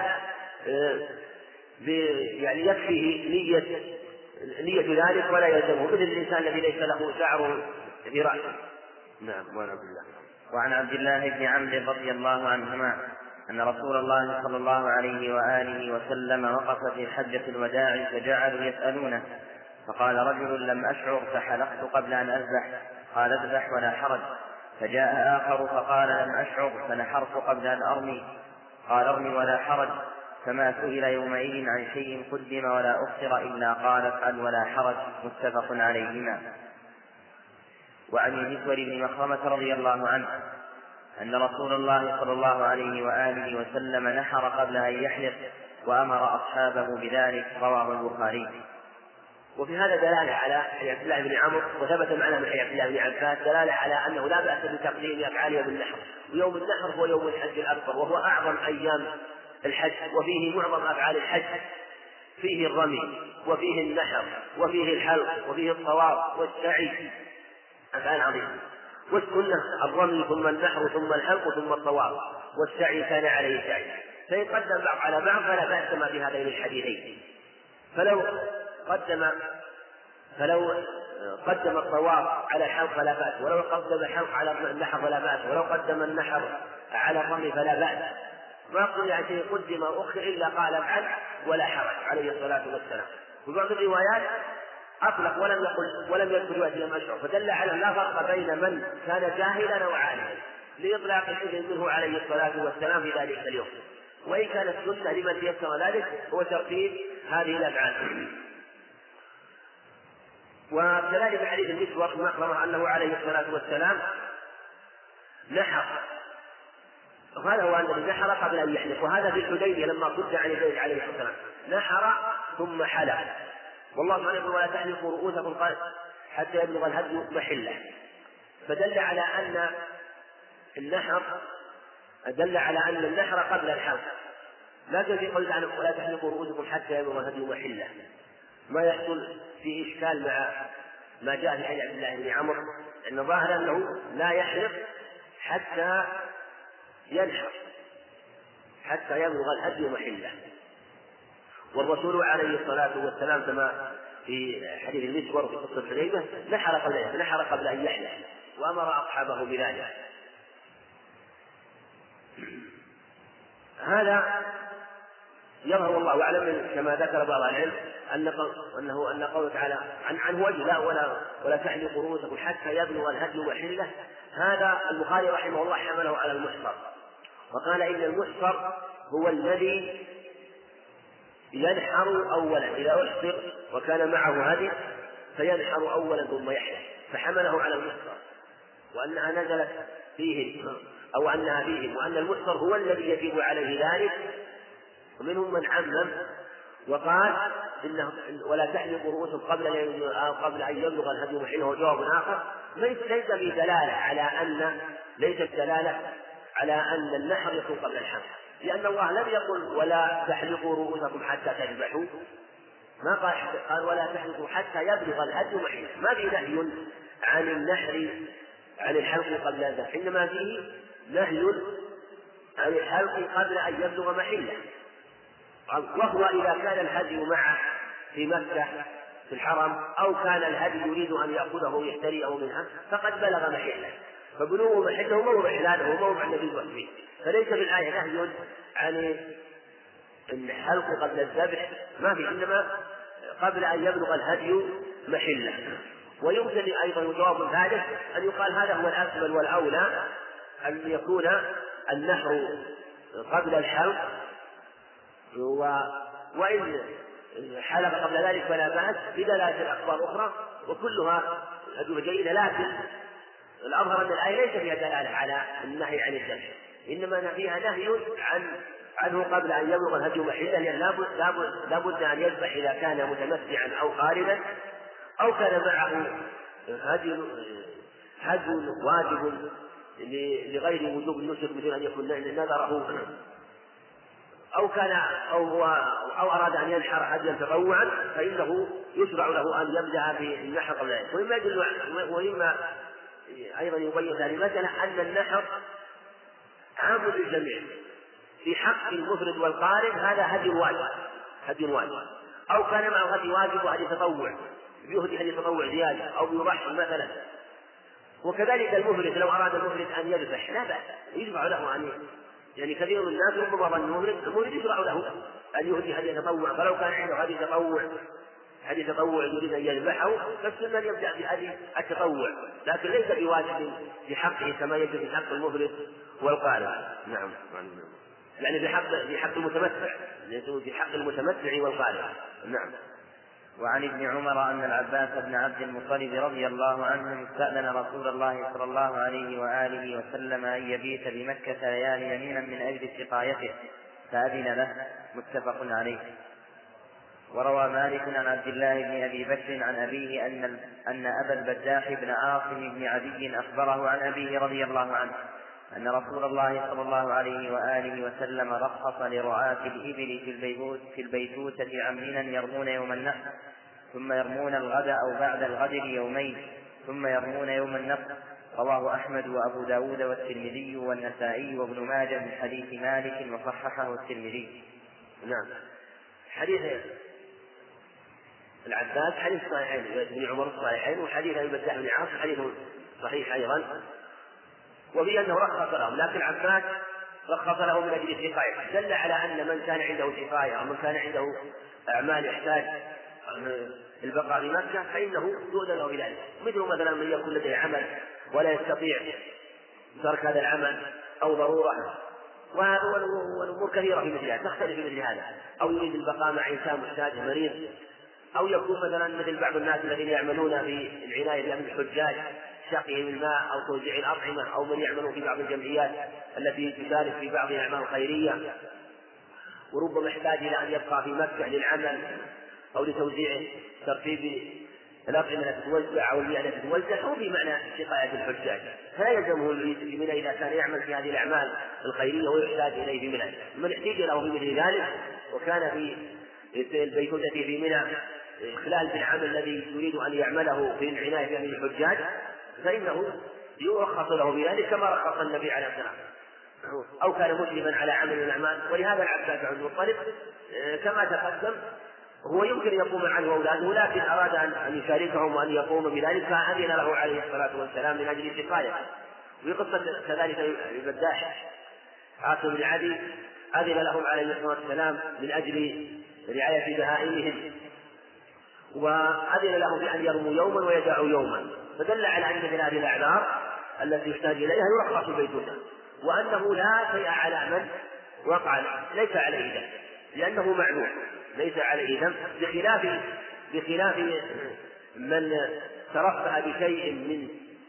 يعني يكفيه نية نية ذلك ولا يلزمه، مثل الإنسان الذي ليس له شعر في رأسه. نعم. وعن عبد الله وعن عبد الله بن عمرو رضي الله عنهما أن رسول الله صلى الله عليه وآله وسلم وقف في حجة الوداع فجعلوا يسألونه، فقال رجل: لم أشعر فحلقت قبل أن أذبح. قال: اذبح ولا حرج. فجاء آخر فقال: لم أشعر فنحرت قبل أن أرمي. قال: ارمي ولا حرج. فما سئل يومئذ عن شيء قدم ولا أخر إلا قال: افعل ولا حرج. متفق عليهما. وعن المسور بن مخرمة رضي الله عنه أن رسول الله صلى الله عليه وآله وسلم نحر قبل أن يحلق وأمر أصحابه بذلك، رواه البخاري. وفي هذا دلالة على حديث عبد الله بن عمرو، وثبت معنا من حديث عبد الله بن عباس دلالة على أنه لا بأس بتقديم أفعاله بالنحر. ويوم النحر هو يوم الحج الأكبر وهو أعظم أيام الحج، وفيه معظم أفعال الحج، فيه الرمي وفيه النحر وفيه الحلق وفيه الطواف والسعي، أفعال عظيمة. والسنة الرمي ثم النحر ثم الحلق ثم الطواف، والسعي كان عليه سعي، فإن قدم بعض على بعض فلا بأس ما بهذين الحديثين. فلو قدم فلو قدم الطواف على الحلق فلا بأس، ولو قدم الحلق على النحر فلا بأس، ولو قدم النحر على الرمي فلا بأس. ما قل شيء قدم وأخر إلا قال افعل ولا حرج عليه الصلاة والسلام. وبعض الروايات أطلق ولم يقل ولم يذكر رواية المشروع، فدل على لا فرق بين من كان جاهلا وعالما لإطلاق الإذن منه عليه الصلاة والسلام في ذلك اليوم. وإن كانت السنة لمن تيسر ذلك هو ترتيب هذه الأفعال. وكذلك حديث المسور بن مخرمة أنه عليه الصلاة والسلام نحر، وهذا هو الذي نحر قبل أن يحلق، وهذا في الحديبية لما صد عن الزيد عليه الصلاة والسلام نحر ثم حلق. والله سبحانه يقول ولا تحلقوا رؤوسكم حتى يبلغ الهدي محله، فدل على أن النحر دل على أن النحر قبل الحلق، لكن في قوله تعالى ولا تحلقوا رؤوسكم حتى يبلغ الهدي محله ما يحصل في إشكال مع ما جاء في حديث عبد الله بن عمرو أن ظاهر أنه لا يحلق حتى ينحر حتى يبلغ الهدي محله. والرسول عليه الصلاة والسلام كما في حديث المسور في قصة الحديبية نحر قبل نحر قبل أن يحلق وأمر أصحابه بذلك. هذا يظهر والله أعلم كما ذكر بعض العلم أنه أن قوله تعالى عن عن وجه لا ولا ولا تحلقوا رؤوسكم حتى يبلغ الهدي محله، هذا البخاري رحمه الله حمله على المحصر، وقال إن المحصر هو الذي ينحر أولا إذا أحصر وكان معه هدي فينحر أولا ثم يحلق، فحمله على المحصر وأنها نزلت فيهم أو أنها فيهم، وأن المحصر هو الذي يجب عليه ذلك. ومنهم من عمم وقال إنه ولا تحلقوا رؤوسكم قبل قبل أن يبلغ الهدي محله، وجواب آخر ليس ليس في دلالة على أن ليست دلالة على أن النحر يكون قبل الحلق، لأن الله لم يقل ولا تحلقوا رؤوسكم حتى تذبحوا، ما قال قال ولا تحلقوا حتى يبلغ الهدي محله، ما في نهي عن النحر عن الحلق قبل الذبح، إنما فيه نهي عن الحلق قبل أن يبلغ محله. وهو إذا كان الهدي معه في مكة في الحرم أو كان الهدي يريد أن يأخذه ويشتريه منها فقد بلغ محله، فبلوغ محله موضع إحلاله وموضع النبي فيه، فليس في الآية نهي عن الحلق قبل الذبح ما في، إنما قبل أن يبلغ الهدي محله. ويمكن أيضا جواب ثالث أن يقال هذا هو الأكمل والأولى أن يكون النحر قبل الحلق، وإن حلق قبل ذلك فلا بأس بدلالة الأخبار أخرى وكلها أدوة جيدة، لكن الأظهر أن الآية ليس فيها دلالة على النهي عن الذبح، إنما فيها نهي عن عنه قبل أن يبلغ الهدي محله، لأن لا بد أن يذبح إذا كان متمتعا أو قارنا أو كان معه هدي هدي واجب لغير وجوب النسك مثل أن يكون نذره أو كان أو هو أو أراد أن ينحر هديا تطوعا فإنه يشرع له أن يبدأ في النحر قبل ذلك. ومما يدل ومما أيضا يبين هذه المسألة أن النحر عام للجميع في حق المفرد والقارن، هذا هدي واجب هدي واجب أو كان معه هدي واجب وهدي تطوع يهدي هدي تطوع زيادة أو يضحي مثلا. وكذلك المفرد لو أراد المفرد أن يذبح لا بأس يشرع له أن يعني كثير من الناس ربما ظن المفرد المفرد يشرع له أن يهدي هدي تطوع، فلو كان عنده هدي تطوع هدي تطوع يريد أن يذبحه فالسنة أن يبدأ بهدي التطوع، لكن ليس بواجب في حقه كما يجب في حق المفرد والقارن. نعم، يعني في حق في حق المتمتع ليس في حق المتمتع والقارن. نعم. وعن ابن عمر أن العباس بن عبد المطلب رضي الله عنه استأذن رسول الله صلى الله عليه وآله وسلم أن يبيت بمكة ليالي يمينا من أجل سقايته فأذن له، متفق عليه. وروى مالك عن عبد الله بن أبي بكر عن أبيه أن أن أبا البداح بن عاصم بن عدي أخبره عن أبيه رضي الله عنه أن رسول الله صلى الله عليه وآله وسلم رخص لرعاة الإبل في البيتوت في البيتوتة عن منى يرمون يوم النحر ثم يرمون الغد أو بعد الغد يومين ثم يرمون يوم النفر. رواه أحمد وأبو داود والترمذي والنسائي وابن ماجه من حديث مالك وصححه الترمذي. نعم. حديث العباس حديث صحيحين، ابن عمر الصحيحين، وحديث أبي بكر بن عاصم حديث صحيح أيضا، وفي أنه رخص لهم، لكن العباس رخص له من أجل السقاية، دل على أن من كان عنده سقاية أو من كان عنده أعمال يحتاج البقاء في مكة فإنه يؤذن له بذلك، مثل مثلا من يكون لديه عمل ولا يستطيع ترك هذا العمل أو ضرورة، والأمور كثيرة في مثل هذا تختلف في مثل هذا، أو يريد البقاء مع إنسان محتاج مريض، أو يكون مثلا مثل بعض الناس الذين يعملون في العناية بأمن الحجاج سقيهم الماء أو توزيع الأطعمة، أو من يعملون في بعض الجمعيات التي تشارك في بعض الأعمال الخيرية وربما يحتاج إلى أن يبقى في مكة للعمل أو لتوزيع ترتيب الأطعمة التي توزع أو المياه التي توزع، هو في معنى سقاية الحجاج، فلا يلزمه في منى إذا كان يعمل في هذه الأعمال الخيرية ويحتاج إليه في منى. من احتاج له في مثل ذلك وكان في البيتوتة في منى خلال بالعمل الذي يريد أن يعمله في العناية بأمن الحجاج فإنه يرخص له بذلك كما رخص النبي عليه الصلاة والسلام، أو كان مسلما على عمل من الأعمال. ولهذا العباس بن عبد المطلب كما تقدم هو يمكن يقوم عنه أولاده، لكن أراد أن يشاركهم وأن يقوم بذلك فأذن له عليه الصلاة والسلام من أجل سقاية. وفي قصة كذلك البداح عاصم بن عدي أذن لهم عليه الصلاة والسلام من أجل رعاية بهائمهم، وأذن لهم بأن يرموا يوما ويدعوا يوما، فدل على أن مثل هذه الأعذار التي يحتاج إليها يرخص البيتوتة، وأنه لا شيء على من وقع ليس عليه ذنب لأنه معلوم ليس عليه ذنب، بخلاف بخلاف من ترفع بشيء من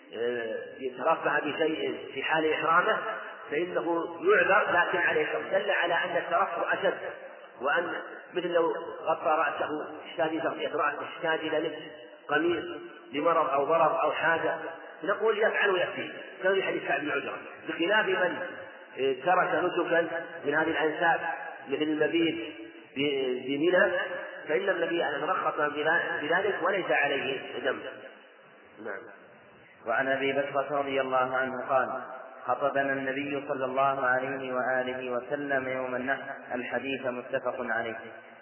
ترفع بشيء في حال إحرامه فإنه يعذر لكن عليه شر، دل على أن الترفع أشد، وأن مثل لو غطى رأسه احتاج تغطية رأسه احتاج إلى لبس قميص لمرض أو ضرر أو حاجة نقول يفعل ويأتي كما في حديث كعب بن عجرة، بخلاف من ترك نسكا من هذه الأنساب مثل المبيت بمنى فإن النبي أن رخص بذلك وليس عليه ذنب. نعم. وعن أبي بكر رضي الله عنه قال: خطبنا النبي صلى الله عليه وآله وسلم يوم النحر. الحديث متفق عليه.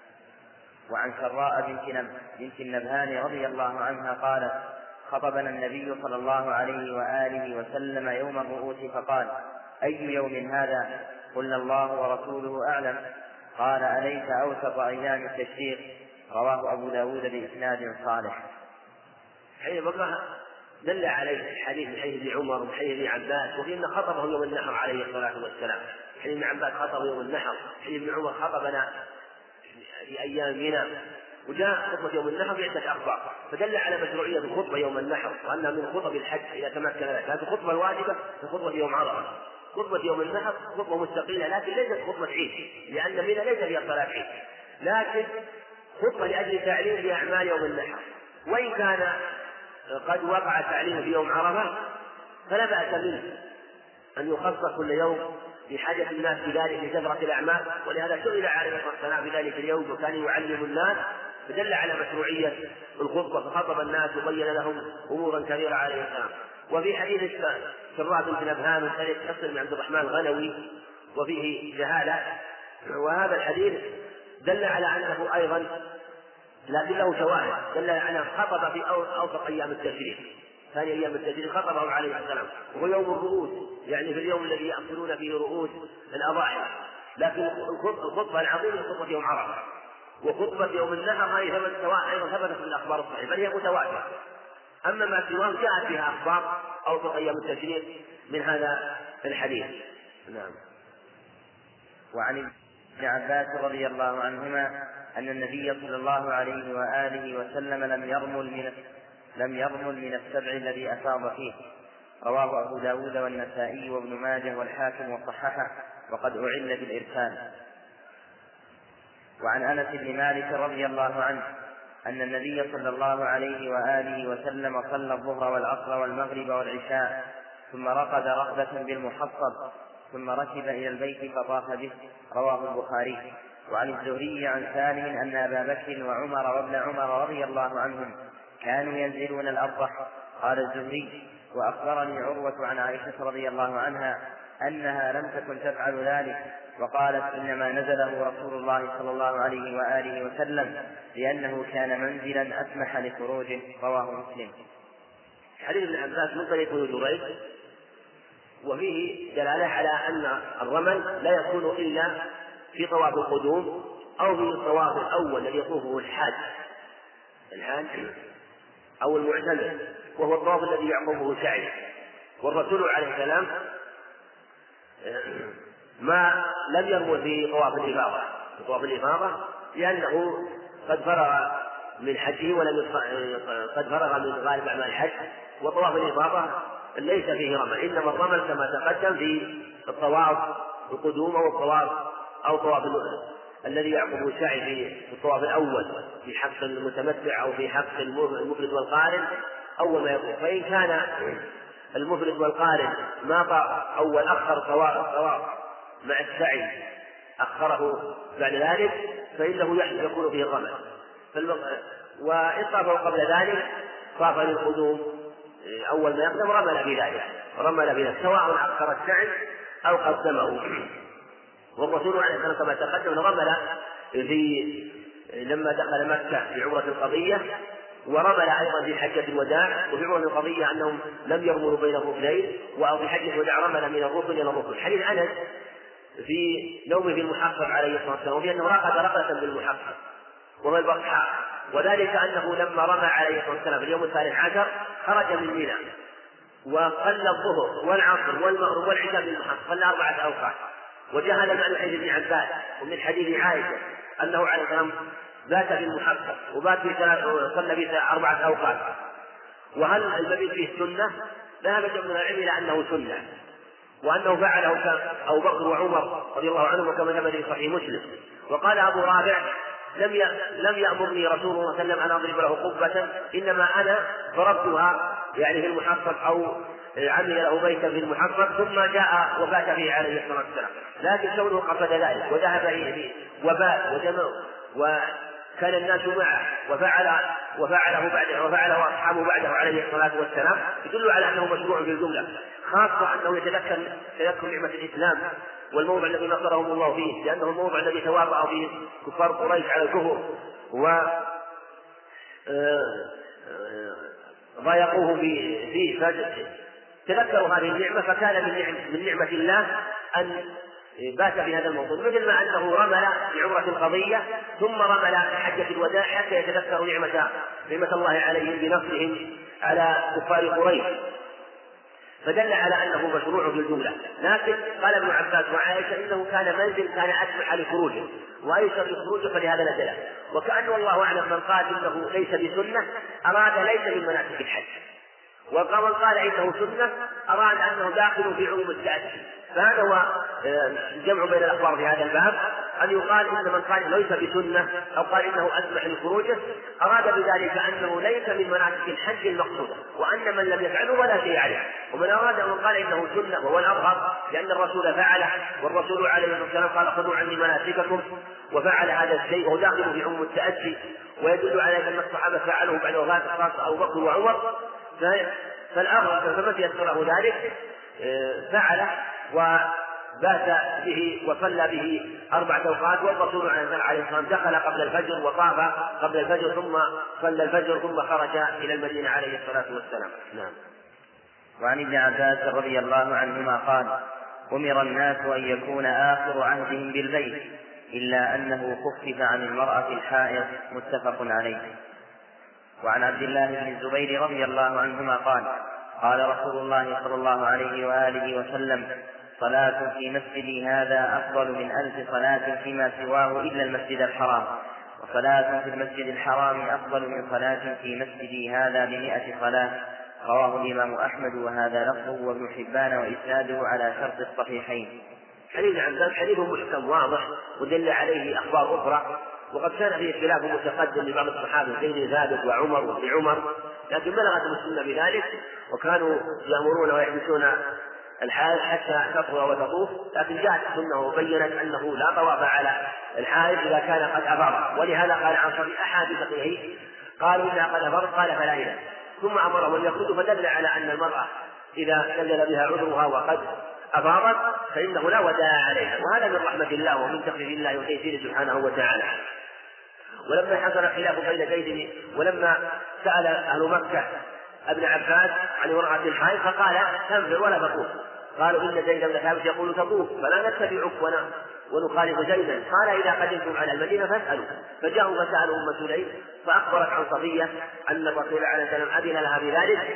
وعن شراء بنت, بنت النبهان رضي الله عنها قالت: خطبنا النبي صلى الله عليه وآله وسلم يوم الرؤوس فقال: أي يوم هذا؟ قلنا: الله ورسوله أعلم. قال: أليس أوسط أيام التشريق؟ رواه أبو داود بإسناد صالح. حين بكرة دل عليه الحديث من حديث ابن عمر ومن حديث ابن عباس، وفي أن خطبه يوم النحر عليه الصلاة والسلام. حديث ابن عباس خطبه يوم النحر، حديث ابن عمر خطبنا في أيام منى، وجاء خطبة يوم النحر بعدة أخبار، فدل على مشروعية الخطبة يوم النحر وأنها من خطب الحج إذا تمكن ذلك. هذه الخطبة الواجبة في خطبة يوم عرفة. خطبة يوم النحر خطبة مستقلة لكن ليست خطبة عيد، لأن منى ليس فيها صلاة عيد، لكن خطبة لأجل تعليم بأعمال يوم النحر، وإن كان قد وقع تعليمه في يوم عرفة فلا بأس منه أن يخصص كل يوم بحاجة الناس بذلك لكثرة الأعمال، ولهذا سئل عليه الصلاة والسلام في ذلك اليوم وكان يعلم الناس، فدل على مشروعية الخطبة، فخطب الناس وبين لهم أمورا كثيرة عليه السلام. وفي حديث شراء بنت نبهان من حديث حسن بن عبد الرحمن الغنوي وفيه جهالة، وهذا الحديث دل على أنه أيضا لكن له شواهد دل على أنه خطب في أوسط أيام التشريق، ثاني أيام التشريق خطبه عليه السلام، وهو يوم الرؤوس، يعني في اليوم الذي يأكلون فيه رؤوس الأضاحي. لكن الخطبة العظيمة خطبة يوم عرفة، وخطبة يوم النحر هذه ثبت سواء أيضا ثبتت في الأخبار الصحيحة بل هي متواترة. أما ما سواه جاءت فيها أخبار أوسط أيام التشريق من هذا الحديث. نعم. وعن ابن عباس رضي الله عنهما أن النبي صلى الله عليه وآله وسلم لم يرمل من لم يرمل من السبع الذي أفاض فيه. رواه أبو داود والنسائي وابن ماجه والحاكم وصححه، وقد أعل بالإرسال. وعن أنس بن مالك رضي الله عنه أن النبي صلى الله عليه وآله وسلم صلى الظهر والعصر والمغرب والعشاء ثم رقد رقدة بالمحصب ثم ركب إلى البيت فطاف به. رواه البخاري. وعن الزهري عن سالم أن أبا بكر وعمر وابن عمر رضي الله عنهم كانوا ينزلون الأرض. قال الزهري: وأخبرني عروة عن عائشة رضي الله عنها أنها لم تكن تفعل ذلك، وقالت: إنما نزله رسول الله صلى الله عليه وآله وسلم لأنه كان منزلا أسمح لخروجه. رواه مسلم. حديث ابن عباس من طريق ابن جريج وفيه دلالة على أن الرمل لا يكون إلا في طواف القدوم أو في الطواف الأول الذي يطوفه الحاج الحاج أو المعتمر، وهو الطواف الذي يعقبه سعي. والرسول عليه السلام ما لم يرمل في طواف الإفاضة في طواف الإفاضة لأنه قد فرغ من حجه ولم قد فرغ من غالب أعمال الحج، وطواف الإفاضة ليس فيه رمل، إنما الرمل كما تقدم في الطواف القدوم أو الطواف أو طواف الذي يعقبه السعي في الطواف الأول في حق المتمتع أو في حق المفرد والقارن أول ما يطوف. فإن كان المفرد والقارن ما طاف أول أخر الطواف مع السعي أخره بعد ذلك فإنه يكون فيه الرمل. وإن طافوا قبل ذلك طاف للقدوم أول ما يقدم رمل في ذلك رمل في ذلك سواء أخر السعي أو قدمه. والرسول عليه الصلاة والسلام كما تقدم رمل في لما دخل مكة في عمرة القضية، ورمل أيضا في حجة الوداع، وفي عمرة القضية أنهم لم يرملوا بين الركنين، وفي حجة الوداع رمل من الركن إلى الركن. حديث أنس في نومه في المحقق عليه الصلاة والسلام وفي أنه رقد رقدة بالمحقق وهو البطحاء، وذلك أنه لما رمى عليه الصلاة والسلام في اليوم الثالث عشر خرج من منى وصلى الظهر والعصر والمغرب والعشاء بالمحقق، صلى أربعة أوقات. وجاء هذا معنى حديث ابن عباس ومن حديث عائشة أنه عليه السلام بات في المحقق وبات في صلى في أربعة أوقات. وهل المبيت فيه سنة؟ ذهب جمع من العلم إلى أنه سنة، وأنه فعله أبو بكر وعمر رضي الله عنهم كما ثبت في صحيح مسلم. وقال أبو رافع: لم لم يأمرني رسول الله صلى الله عليه وسلم أن أضرب له قبة، إنما أنا ضربتها يعني في المحقق أو عمل له بيتا في المحقق ثم جاء وبات فيه عليه الصلاة والسلام. لكن كونه قصد ذلك وذهب إليه وبات وجمع وكان الناس معه وفعل وفعله بعده وفعله أصحابه بعده عليه الصلاة والسلام يدل على أنه مشروع في الجملة، خاصة أنه يتذكر تذكر نعمة الإسلام والموضع الذي نصرهم الله فيه، لأنه الموضع الذي تواطأ فيه كفار قريش على الكفر و ضايقوه فيه فتذكروا هذه النعمة، فكان من نعمة, من نعمة الله أن بات في هذا الموضوع، مثل ما أنه رمل في عمرة القضية ثم رمل في حجة الوداع حتى يتذكروا نعمة نعمة الله عليهم بنصرهم على كفار قريش، فدل على أنه مشروع في الجملة. لكن قال ابن عباس وعائشة إنه كان منزل كان أسمح لخروجه وأيسر لخروجه فلهذا نزله. وكأنه الله أعلم من قال إنه ليس بسنة أراد ليس من مناسك الحج، ومن قال إنه سنة أراد أنه داخل في عموم التأسي. فهذا هو الجمع بين الأخبار في هذا الباب، أن يقال إن من قال ليس بسنة أو قال إنه أسمح لخروجه أراد بذلك أنه ليس من مناسك الحج المقصودة، وأن من لم يفعله ولا شيء عليه. ومن أراد أن قال إنه سنة وهو الأظهر لأن الرسول فعله، والرسول عليه الصلاة والسلام قال: خذوا عني مناسككم، وفعل هذا الشيء وهو داخل في عموم التأسي، ويدل على أن الصحابة فعلوا بعد وفاة أبو بكر وعمر، فالأغلب فمن يسره ذلك فعله وبات به وصلى به أربعة أوقات. والرسول عليه الصلاة والسلام دخل قبل الفجر وطاف قبل الفجر ثم صلى الفجر ثم خرج إلى المدينة عليه الصلاة والسلام. نعم. وعن ابن عباس رضي الله عنهما قال: أمر الناس أن يكون آخر عهدهم بالبيت إلا أنه خفف عن المرأة الحائض. متفق عليه. وعن عبد الله بن الزبير رضي الله عنهما قال: قال رسول الله صلى الله عليه وآله وسلم: صلاة في مسجدي هذا أفضل من ألف صلاة فيما سواه إلا المسجد الحرام، وصلاة في المسجد الحرام أفضل من صلاة في مسجدي هذا بمئة صلاة. رواه الإمام أحمد وهذا لفظه وابن حبان وإسناده على شرط الصحيحين. حديث عباس حديث محكم واضح ودل عليه أخبار أخرى، وقد كان فيه خلاف متقدم لبعض الصحابة زي ثابت وعمر وابن عمر، لكن بلغت السنة بذلك وكانوا يأمرون ويحبسون الحائض حتى تطهر وتطوف. لكن جاءت السنة وبينت أنه لا طواف على الحائض إذا كان قد أفاض، ولهذا قال عن صحيح أحاديث صحيحين قالوا إنها قد أفاضت، قال فلا إله، ثم أمرهم أن يخرجوا، فدل على أن المرأة إذا نزل بها عذرها وقد أفاضت فإنه لا وداع عليها، وهذا من رحمة الله ومن تخفيف الله وتيسيره سبحانه وتعالى. ولما حصل خلاف بين زيد، ولما سأل أهل مكة ابن عباس عن امرأة الحائض فقال تنفر ولا تطوف، قالوا إن زيد بن ثابت يقول تطوف فلا نتبعك ونخالف زيدا، قال إذا قدمتم على المدينة فاسألوا، فجاءوا فسألوا أم سليم فأخبرت عن صفية أن الرسول عليه السلام أذن لها بذلك،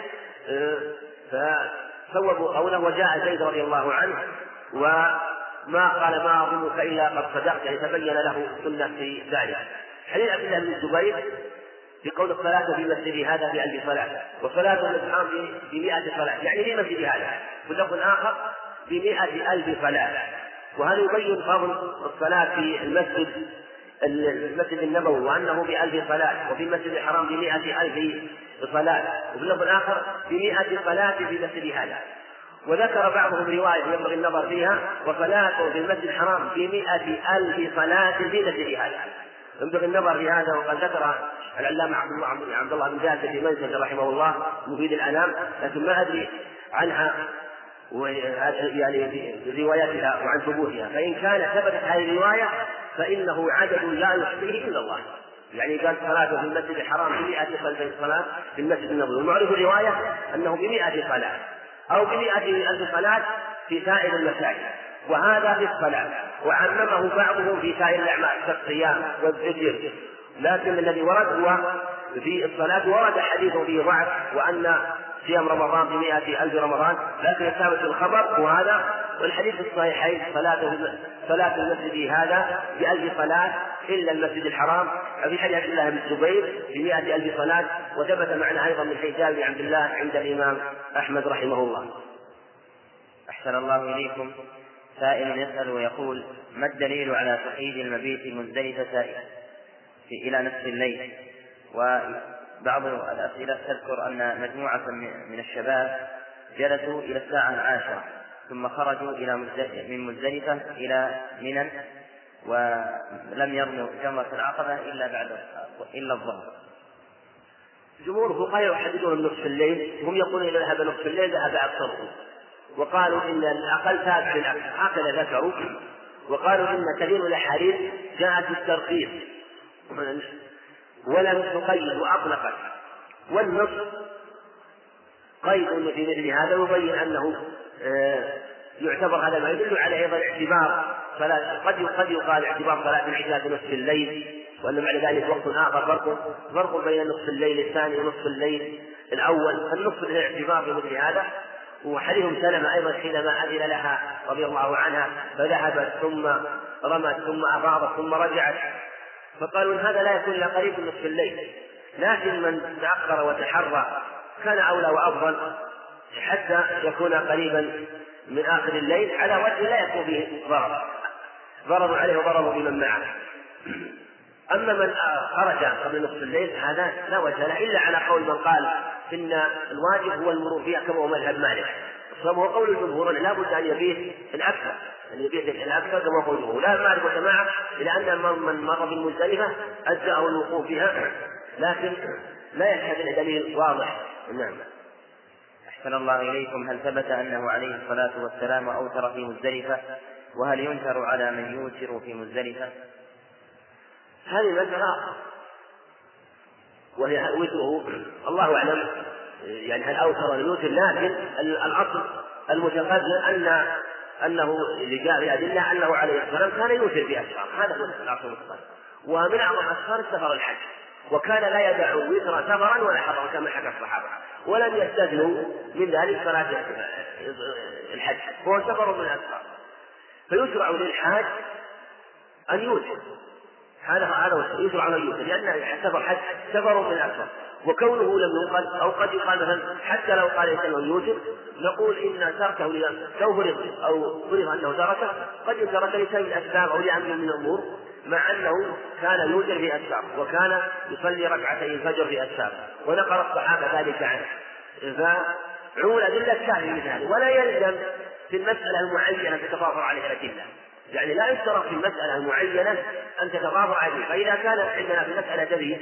فسووا قوله وجاء زيد رضي الله عنه وما قال ما أظنك إلا قد صدقت، يعني تبين له السنة في ذلك. حديث عبد الله بن الزبير في قول الصلاة في مسجد هذا بألف صلاة، وصلاة الإسلام بمئة صلاة، يعني في مسجد هذا، واللفظ آخر بمئة ألف صلاة. وهذا يبين فضل الصلاة في المسجد المسجد النبوي وأنه بألف صلاة، وفي المسجد الحرام بمئة ألف صلاة، وفي اللفظ الآخر بمئة صلاة في مسجد هذا. وذكر بعضهم رواية ينبغي النظر فيها وصلاته في المسجد الحرام بمئة ألف صلاة في مسجد هذا، ينبغي النظر في هذا. وقد ذكر العلامة عبد الله بن جاسر في منزل رحمه الله مفيد الأنام، لكن ما أدري عنها يعني رواياتها وعن ثبوتها، فإن كان ثبتت هذه الرواية فإنه عدد لا يحصيه إلا الله، يعني قال صلاته في المسجد الحرام بمئة ألف صلاة في المسجد النبوي، ومعروف الرواية أنه بمئة صلاة أو بمئة ألف صلاة في سائر المساجد، وهذا في الصلاة، وعممه بعضهم في سائر الأعمال كالصيام والذكر، لكن الذي ورد هو في الصلاة. ورد حديث فيه ضعف وأن صيام رمضان بمئة ألف رمضان، لكن الثابت في الخبر وهذا، والحديث الصحيحين صلاة صلاة المسجد هذا بألف صلاة إلا المسجد الحرام، في حديث عبد الله بن الزبير بمئة ألف صلاة، وثبت معنا أيضا من حديث جابر بن عبد الله عند الإمام أحمد رحمه الله. أحسن الله إليكم. سائل يسأل ويقول ما الدليل على تقييد المبيت مزدلفة في إلى نصف الليل؟ وبعض الأسئلة تذكر أن مجموعة من الشباب جلسوا إلى الساعة العاشرة ثم خرجوا إلى من مزدلفة إلى منى ولم يرموا جمرة العقبة إلا بعد إلا الظهر. جمهور الفقهاء يحددون النصف الليل، هم يقولون إذا ذهب نصف الليل ذهب أكثرهم، وقالوا إن الأقل تابع للأكثر، هكذا ذكروا. وقالوا إن كثير الأحاديث جاءت الترخيص ولم تقيد وأطلقت، والنصف قيد في مثل هذا يبين أنه يعتبر هذا ما يدل على أيضا اعتبار صلاة، قد قد يقال اعتبار صلاة العشاء بنصف الليل، وأن بعد ذلك وقت آخر فرق فرق بين نصف الليل الثاني ونصف الليل الأول، فالنصف له اعتبار بمثل هذا. وحديث سلمة أيضا حينما أذن لها رضي الله عنها فذهبت ثم رمت ثم أفاضت ثم رجعت، فقالوا إن هذا لا يكون إلا قريب من نصف الليل، لكن من تأخر وتحرى كان أولى وأفضل حتى يكون قريبا من آخر الليل على وجه لا يكون فيه ضرر ضرر عليه وضرر بمن معه. أما من خرج قبل نصف الليل هذا لا وجه له إلا على قول من قال إن الواجب هو المرور فيها كما هو مذهب مالك، وهو قول الجمهور لا بد أن يبيت الأكثر أن يبيت الأكثر كما هو الجمهور، لا مالك وجماعة، لأن من مر بالمزدلفة أجزأه الوقوف فيها، لكن لا يحتاج دليل واضح. نعم. أحسن الله إليكم. هل ثبت أنه عليه الصلاة والسلام أوتر في مزدلفة؟ وهل ينكر على من يوتر في مزدلفة؟ هذه مسألة وهي وتره الله أعلم، يعني هل أوتر يوتر، لكن الأصل المتقدم أن أنه لجاء الأدلة أنه عليه الصلاة والسلام كان يوتر بأسفار، هذا هو الأصل المتقدم. ومن أعظم أسفار السفر الحج، وكان لا يدع وتر سفرا ولا حضرا كما حكى الصحابة، ولم يستثنوا من ذلك صلاة الحج، هو سفر من الأسفار، فيشرع للحاج أن يوتر، هذا هذا يشرع أن يوتر، لأن سفر حج سفر من الأسفار، وكونه لم يقل أو قد يقال مثلا حتى لو قال إنسان يوتر نقول إن تركه لو فرض أو فرض أنه تركه قد يترك لسبب الأسباب أو لأمر من الأمور، مع أنه كان يوتر في أسفار وكان يصلي ركعتي الفجر في أسفار، ونقل الصحابة ذلك عنه. فعموم الأدلة كافية مثل هذا، ولا يلزم في المسألة المعينة تتضافر عليها الأدلة، يعني لا يشترط في المسألة المعينة أن تتضافر عليها، فإذا كان عندنا في المسألة دليل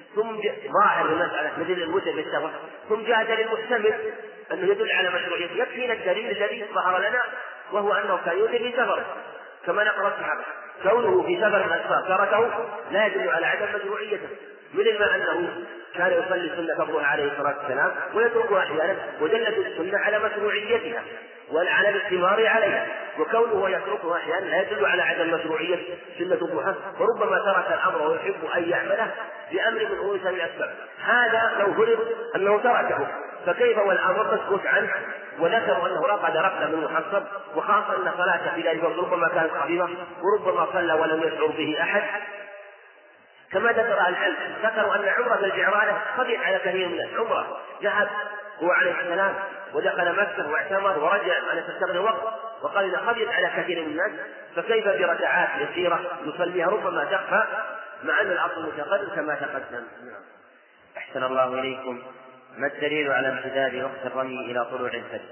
ثم ظاهر المسألة مثل الوتر بالسفر، ثم جاء دليل محتمل أنه يدل على مشروعية، يكفينا الدليل الذي ظهر لنا وهو أنه كان يوتر في سفر كما نقل الصحابة، كونه في سفر الأسفار تركه لا يدل على عدم مشروعيته، مثل ما أنه كان يصلي سنة الضحى عليه الصلاة والسلام ويتركها أحيانا، ودلت السنة على مشروعيتها وعلى الاستمرار عليها، وكونه يتركها أحيانا لا يدل على عدم مشروعية سنة الضحى، وربما ترك الأمر ويحب أن يعمله بأمر من أمور الأسباب، هذا لو فرض أنه تركه فكيف والأمر مسكوت عنه، وذكروا أنه رقد رقدا من محصب، وخاصة أن صلاته في ذلك ربما كانت خفيفة وربما صلى ولم يشعر به أحد، كما ذكر العلم ذكروا أن عمرة الجعرانة خفيت على كثير من الناس، عمرة ذهب هو عليه السلام ودخل مكة واعتمر ورجع على تستغني وقت، وقال إذا خفيت على كثير من الناس فكيف بركعات يسيرة يصليها ربما تخفى مع أن الأصل متقدم كما تقدم. أحسن الله إليكم. ما الدليل على امتداد وقت الرمي إلى طلوع الفجر؟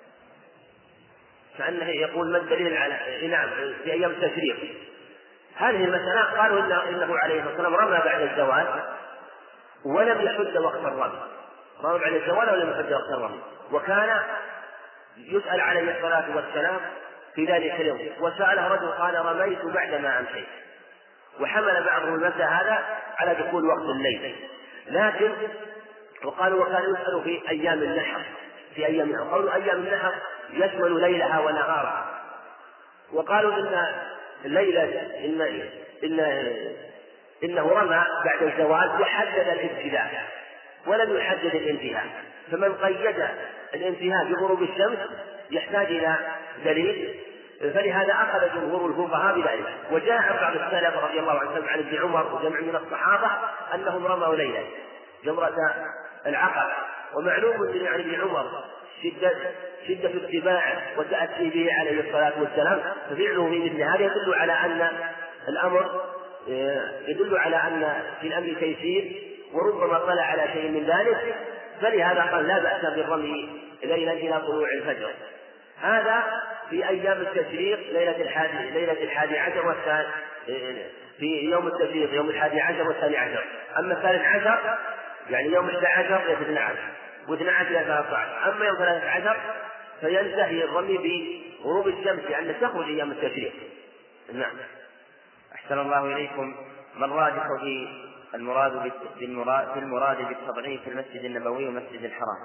كأنه يقول ما الدليل على نعم في أيام التشريق، هذه المسألة قالوا إنه عليه الصلاة والسلام رمى بعد الزوال ولم يحد وقت الرمي، رمى بعد الزوال ولم يحد وقت الرمي، وكان يسأل عليه الصلاة والسلام في ذلك اليوم، وسأله رجل قال رميت بعدما أمسيت، وحمل بعضهم المسألة هذا على دخول وقت الليل، لكن وقالوا وكان يسأل في أيام النحر، في أيام النحر قالوا أيام النحر يشمل ليلها ونهارها، وقالوا إن الليلة إن إن إنه رمى بعد الزوال وحدد الابتداء ولم يحدد الانتهاء، فمن قيد الانتهاء بغروب الشمس يحتاج إلى دليل، فلهذا أخذ جمهور الفقهاء بذلك، وجاء عن بعض السلف رضي الله عنهم عن ابن عمر وجمع من الصحابة أنهم رموا ليلة جمرة العقبة، ومعلوم من عن ابن عمر شدة شدة اتباعه وتأتي به عليه الصلاة والسلام، ففعله في مثل هذا يدل على أن الأمر يدل على أن في الأمر تيسير، وربما طلع على شيء من ذلك، فلهذا قال لا بأس بالرمي ليلا إلى طلوع الفجر. هذا في أيام التشريق ليلة الحادي ليلة الحادي عشر والثاني في يوم التشريق يوم الحادي عشر والثاني عشر، أما الثالث عشر يعني يوم الحادي عشر إلى اثنى عشر واثنى عشر إلى ثلاثة عشر، أما يوم ثلاثة عشر فينتهي الرمي بغروب الشمس لأن تخرج أيام التشريق. نعم. أحسن الله إليكم. ما الراجح في المراد بالمراد في المراد بالتضعيف في المسجد النبوي ومسجد الحرام؟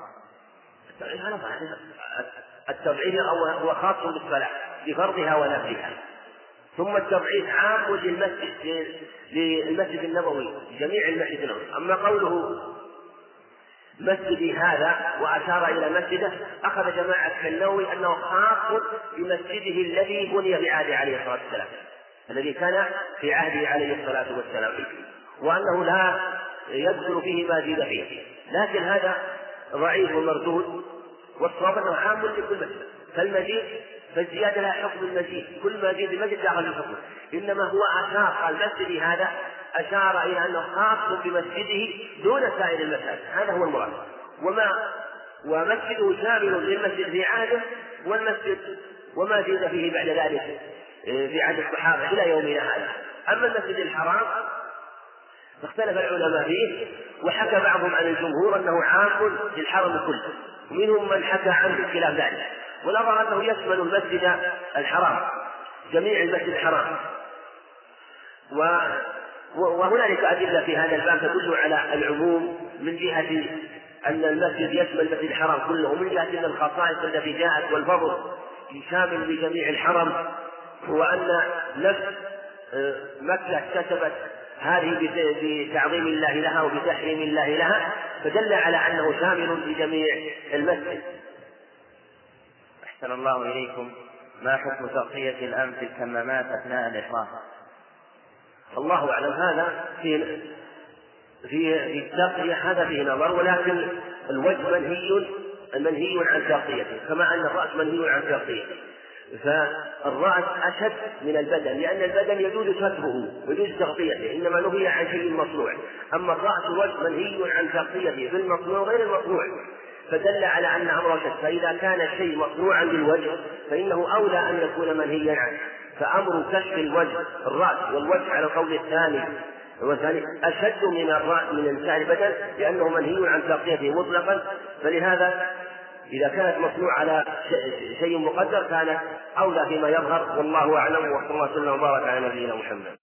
التضعيف هو خاص بالصلاة بفرضها ونفلها، ثم التضعيف عام للمسجد للمسجد النبوي جميع المسجد النبوي. أما قوله مسجدي هذا وأشار إلى مسجده أخذ جماعة النووي أنه خاص بمسجده الذي بني بعهده عليه الصلاة والسلام الذي كان في عهده عليه الصلاة والسلام، وأنه لا يدخل فيه ما زيد فيه، لكن هذا ضعيف ومردود، والصواب أنه عام لكل مسجد، فالمزيد فالزيادة لها حكم المزيد، كل ما زيد المسجد داخل الحكم، إنما هو أشار قال مسجدي هذا أشار إلى أنه خاص بمسجده دون سائر المساجد، هذا هو المراد، وما ومسجده شامل للمسجد في عهده والمسجد وما زيد فيه بعد ذلك في عهد الصحابة إلى يومنا هذا. أما المسجد الحرام فاختلف العلماء فيه، وحكى بعضهم عن الجمهور أنه عام للحرم كله، ومنهم من حكى عنه خلاف ذلك، والأظهر أنه يشمل المسجد الحرام جميع المسجد الحرام. وهنالك أدلة في هذا الباب تدل على العموم من جهة أن المسجد يشمل المسجد الحرام كله، ومن جهة أن الخصائص التي جاءت والفضل شامل لجميع الحرم، وأن نفس مكة اكتسبت هذه بتعظيم الله لها وبتحريم الله لها، فدل على أنه شامل لجميع المسجد. أحسن الله إليكم. ما حكم تغطية الأنف في الكمامات أثناء الإحرام؟ الله أعلم، هذا في في التغطية هذا فيه نظر، ولكن الوجه منهي منهي عن تغطيته، كما أن الرأس منهي عن تغطيته، فالرأس أشد من البدن، لأن البدن يجوز ستره ويجوز تغطيته، إنما نهي عن شيء مصنوع، أما الرأس الوجه منهي عن تغطيته بالمصنوع غير المصنوع، فدل على أن أمره شد، فإذا كان الشيء مصنوعا بالوجه فإنه أولى أن يكون منهيا عنه، فأمر كشف الوجه الرأس والوجه على القول الثاني والثاني أشد من من سائر البدن لأنه منهي عن تغطيته مطلقا، فلهذا إذا كانت مصنوع على شيء مقدر كانت أولى فيما يظهر، والله أعلم، وصلى الله وسلم وبارك على نبينا محمد.